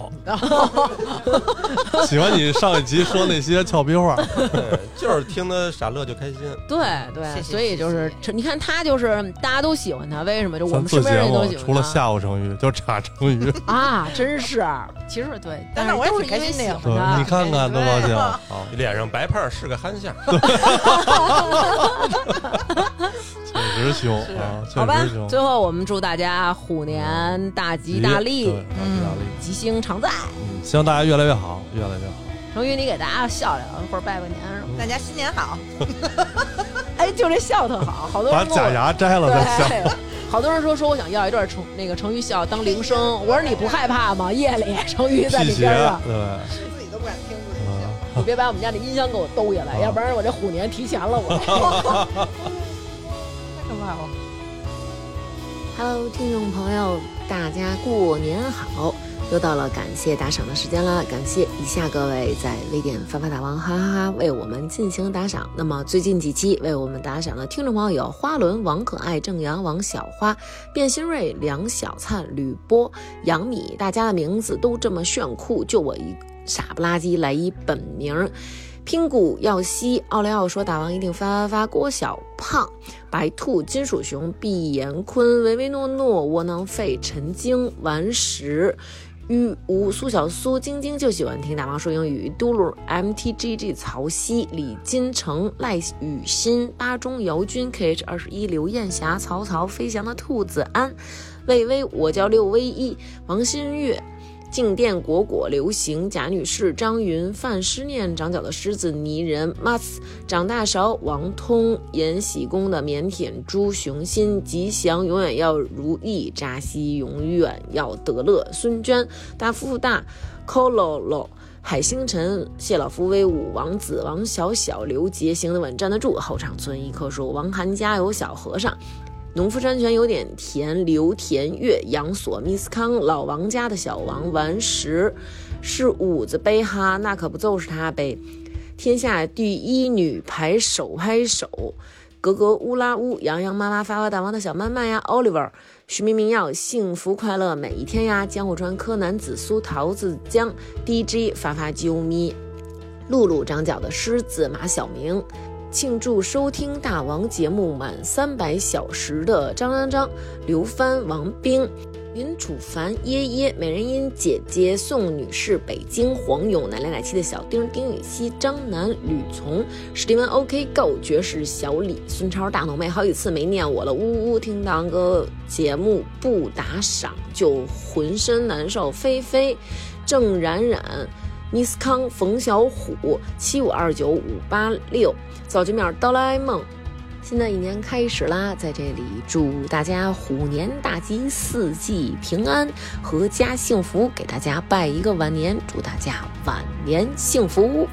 喜欢你上一集说那些俏皮话， 对，就是听他傻乐就开心。 对对， 谢谢所以就是你看他就是大家都喜欢他，为什么？就我们身边人都喜欢他。 除了吓唬成语，就差成语啊，真是。其实对，但是我也挺开心的。 你看看多高兴， 好，脸上白胖是个憨相。 确实凶啊！ 好吧，最后我们祝大家虎年大吉大利， 嗯， 吉星常在。 嗯，希望大家越来越好，越来越好。 成宇，你给大家笑聊或者拜拜年什么？ 大家新年好！ 哎，就这笑特好，好多人把假牙摘了再笑。 好多人说说我想要一段成那个成宇笑当铃声，我说你不害怕吗？夜里成宇在你边上， 对， 自己都不敢听自己笑。 你别把我们家的音箱给我兜下来，要不然我这虎年提前了我。 太可怕了。 Hello， 听众朋友，大家过年好！ 又到了感谢打赏的时间了，感谢以下各位在微店发发大王哈哈哈为我们进行打赏。那么最近几期为我们打赏的听众朋友有花轮、王可爱、正阳、王小花、卞新瑞、梁小灿、吕波、杨米，大家的名字都这么炫酷，就我一傻不拉几来一本名。拼谷耀西、奥雷奥说大王一定发发发、郭小胖、白兔、金属熊、毕延坤、唯唯诺诺、窝囊废、陈晶、顽石、玉吴、苏小苏、晶晶就喜欢听大王说英语、嘟噜、M T G G、曹曦、李金城、赖雨欣、巴中、姚军、K H 二十一、刘艳霞、曹操、飞翔的兔子安、魏巍、我叫六 V 一、王新月、静电果果、流行、贾女士、张云、范诗念、长角的狮子、泥人、Mas、长大勺、王通、延禧宫的腼腆猪、熊心、吉祥永远要如意、扎西永远要得乐、孙娟、大夫妇大、Kololo、海星辰、谢老夫威武、王子、王小小、刘杰行得稳站得住、后场村一棵树、王涵家有小和尚、农夫山泉有点甜、刘田月、杨索、Miss 康、老王家的小王、顽石是五子杯哈，那可不就是他呗。天下第一女排手拍手，格格乌拉乌、洋洋妈妈发发大王的小曼曼呀， Oliver、徐明明要幸福快乐每一天呀，江户川柯南紫苏桃子江 D J 发发啾咪，露露长角的狮子马小明，庆祝收听大王节目满三百小时的张张张、刘帆、王冰、林楚凡、耶耶、美人音姐姐、宋女士、北京黄勇、奶奶奶七的小丁、丁禹兮、张楠、吕从、史蒂文 OK Go、爵士小李、孙超、大浓妹好几次没念我了，呜呜，听大王哥节目不打赏就浑身难受，菲菲、郑冉冉、Miss 康、冯小虎、七五二九五八六、早局面哆啦 A 梦。新的一年开始啦，在这里祝大家虎年大吉，四季平安，阖家幸福，给大家拜一个晚年，祝大家晚年幸福。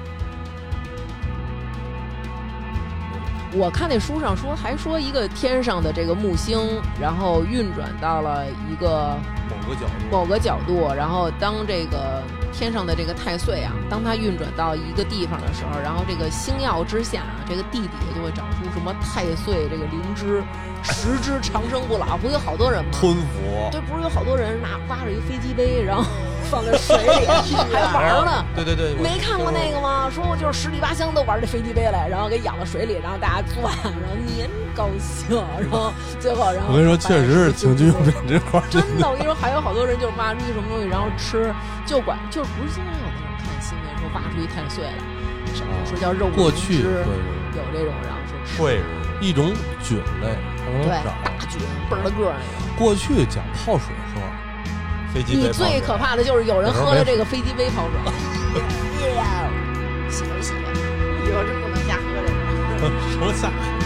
我看那书上说，还说一个天上的这个木星，然后运转到了一个某个角度， 某个角度，然后当这个天上的这个太岁啊，当它运转到一个地方的时候，然后这个星耀之下，这个地底下就会长出什么太岁这个灵芝，十之长生不老，不是有好多人吗？ 吞服。 对，不是有好多人拿挖着一飞机杯，然后放在水里还玩呢。 对对对， 没看过那个吗？说我就是十里八乡都玩这飞机杯来，然后给养到水里，然后大家钻，然后年高兴，然后最后然后我跟你说，确实是情趣用品这块真的，我跟你说，还有好多人就是挖出一什么东西，然后吃，就管就是不是经常有那种看新闻说挖出一太岁来，什么说叫肉过去对对有这种，然后说吃会一种菌类，它能对长大菌倍儿的个儿那种。 过去讲泡水喝， 飞机杯你最可怕的就是有人喝了这个飞机杯泡水，洗吧洗吧， 以后真不能瞎喝这个。 什么下？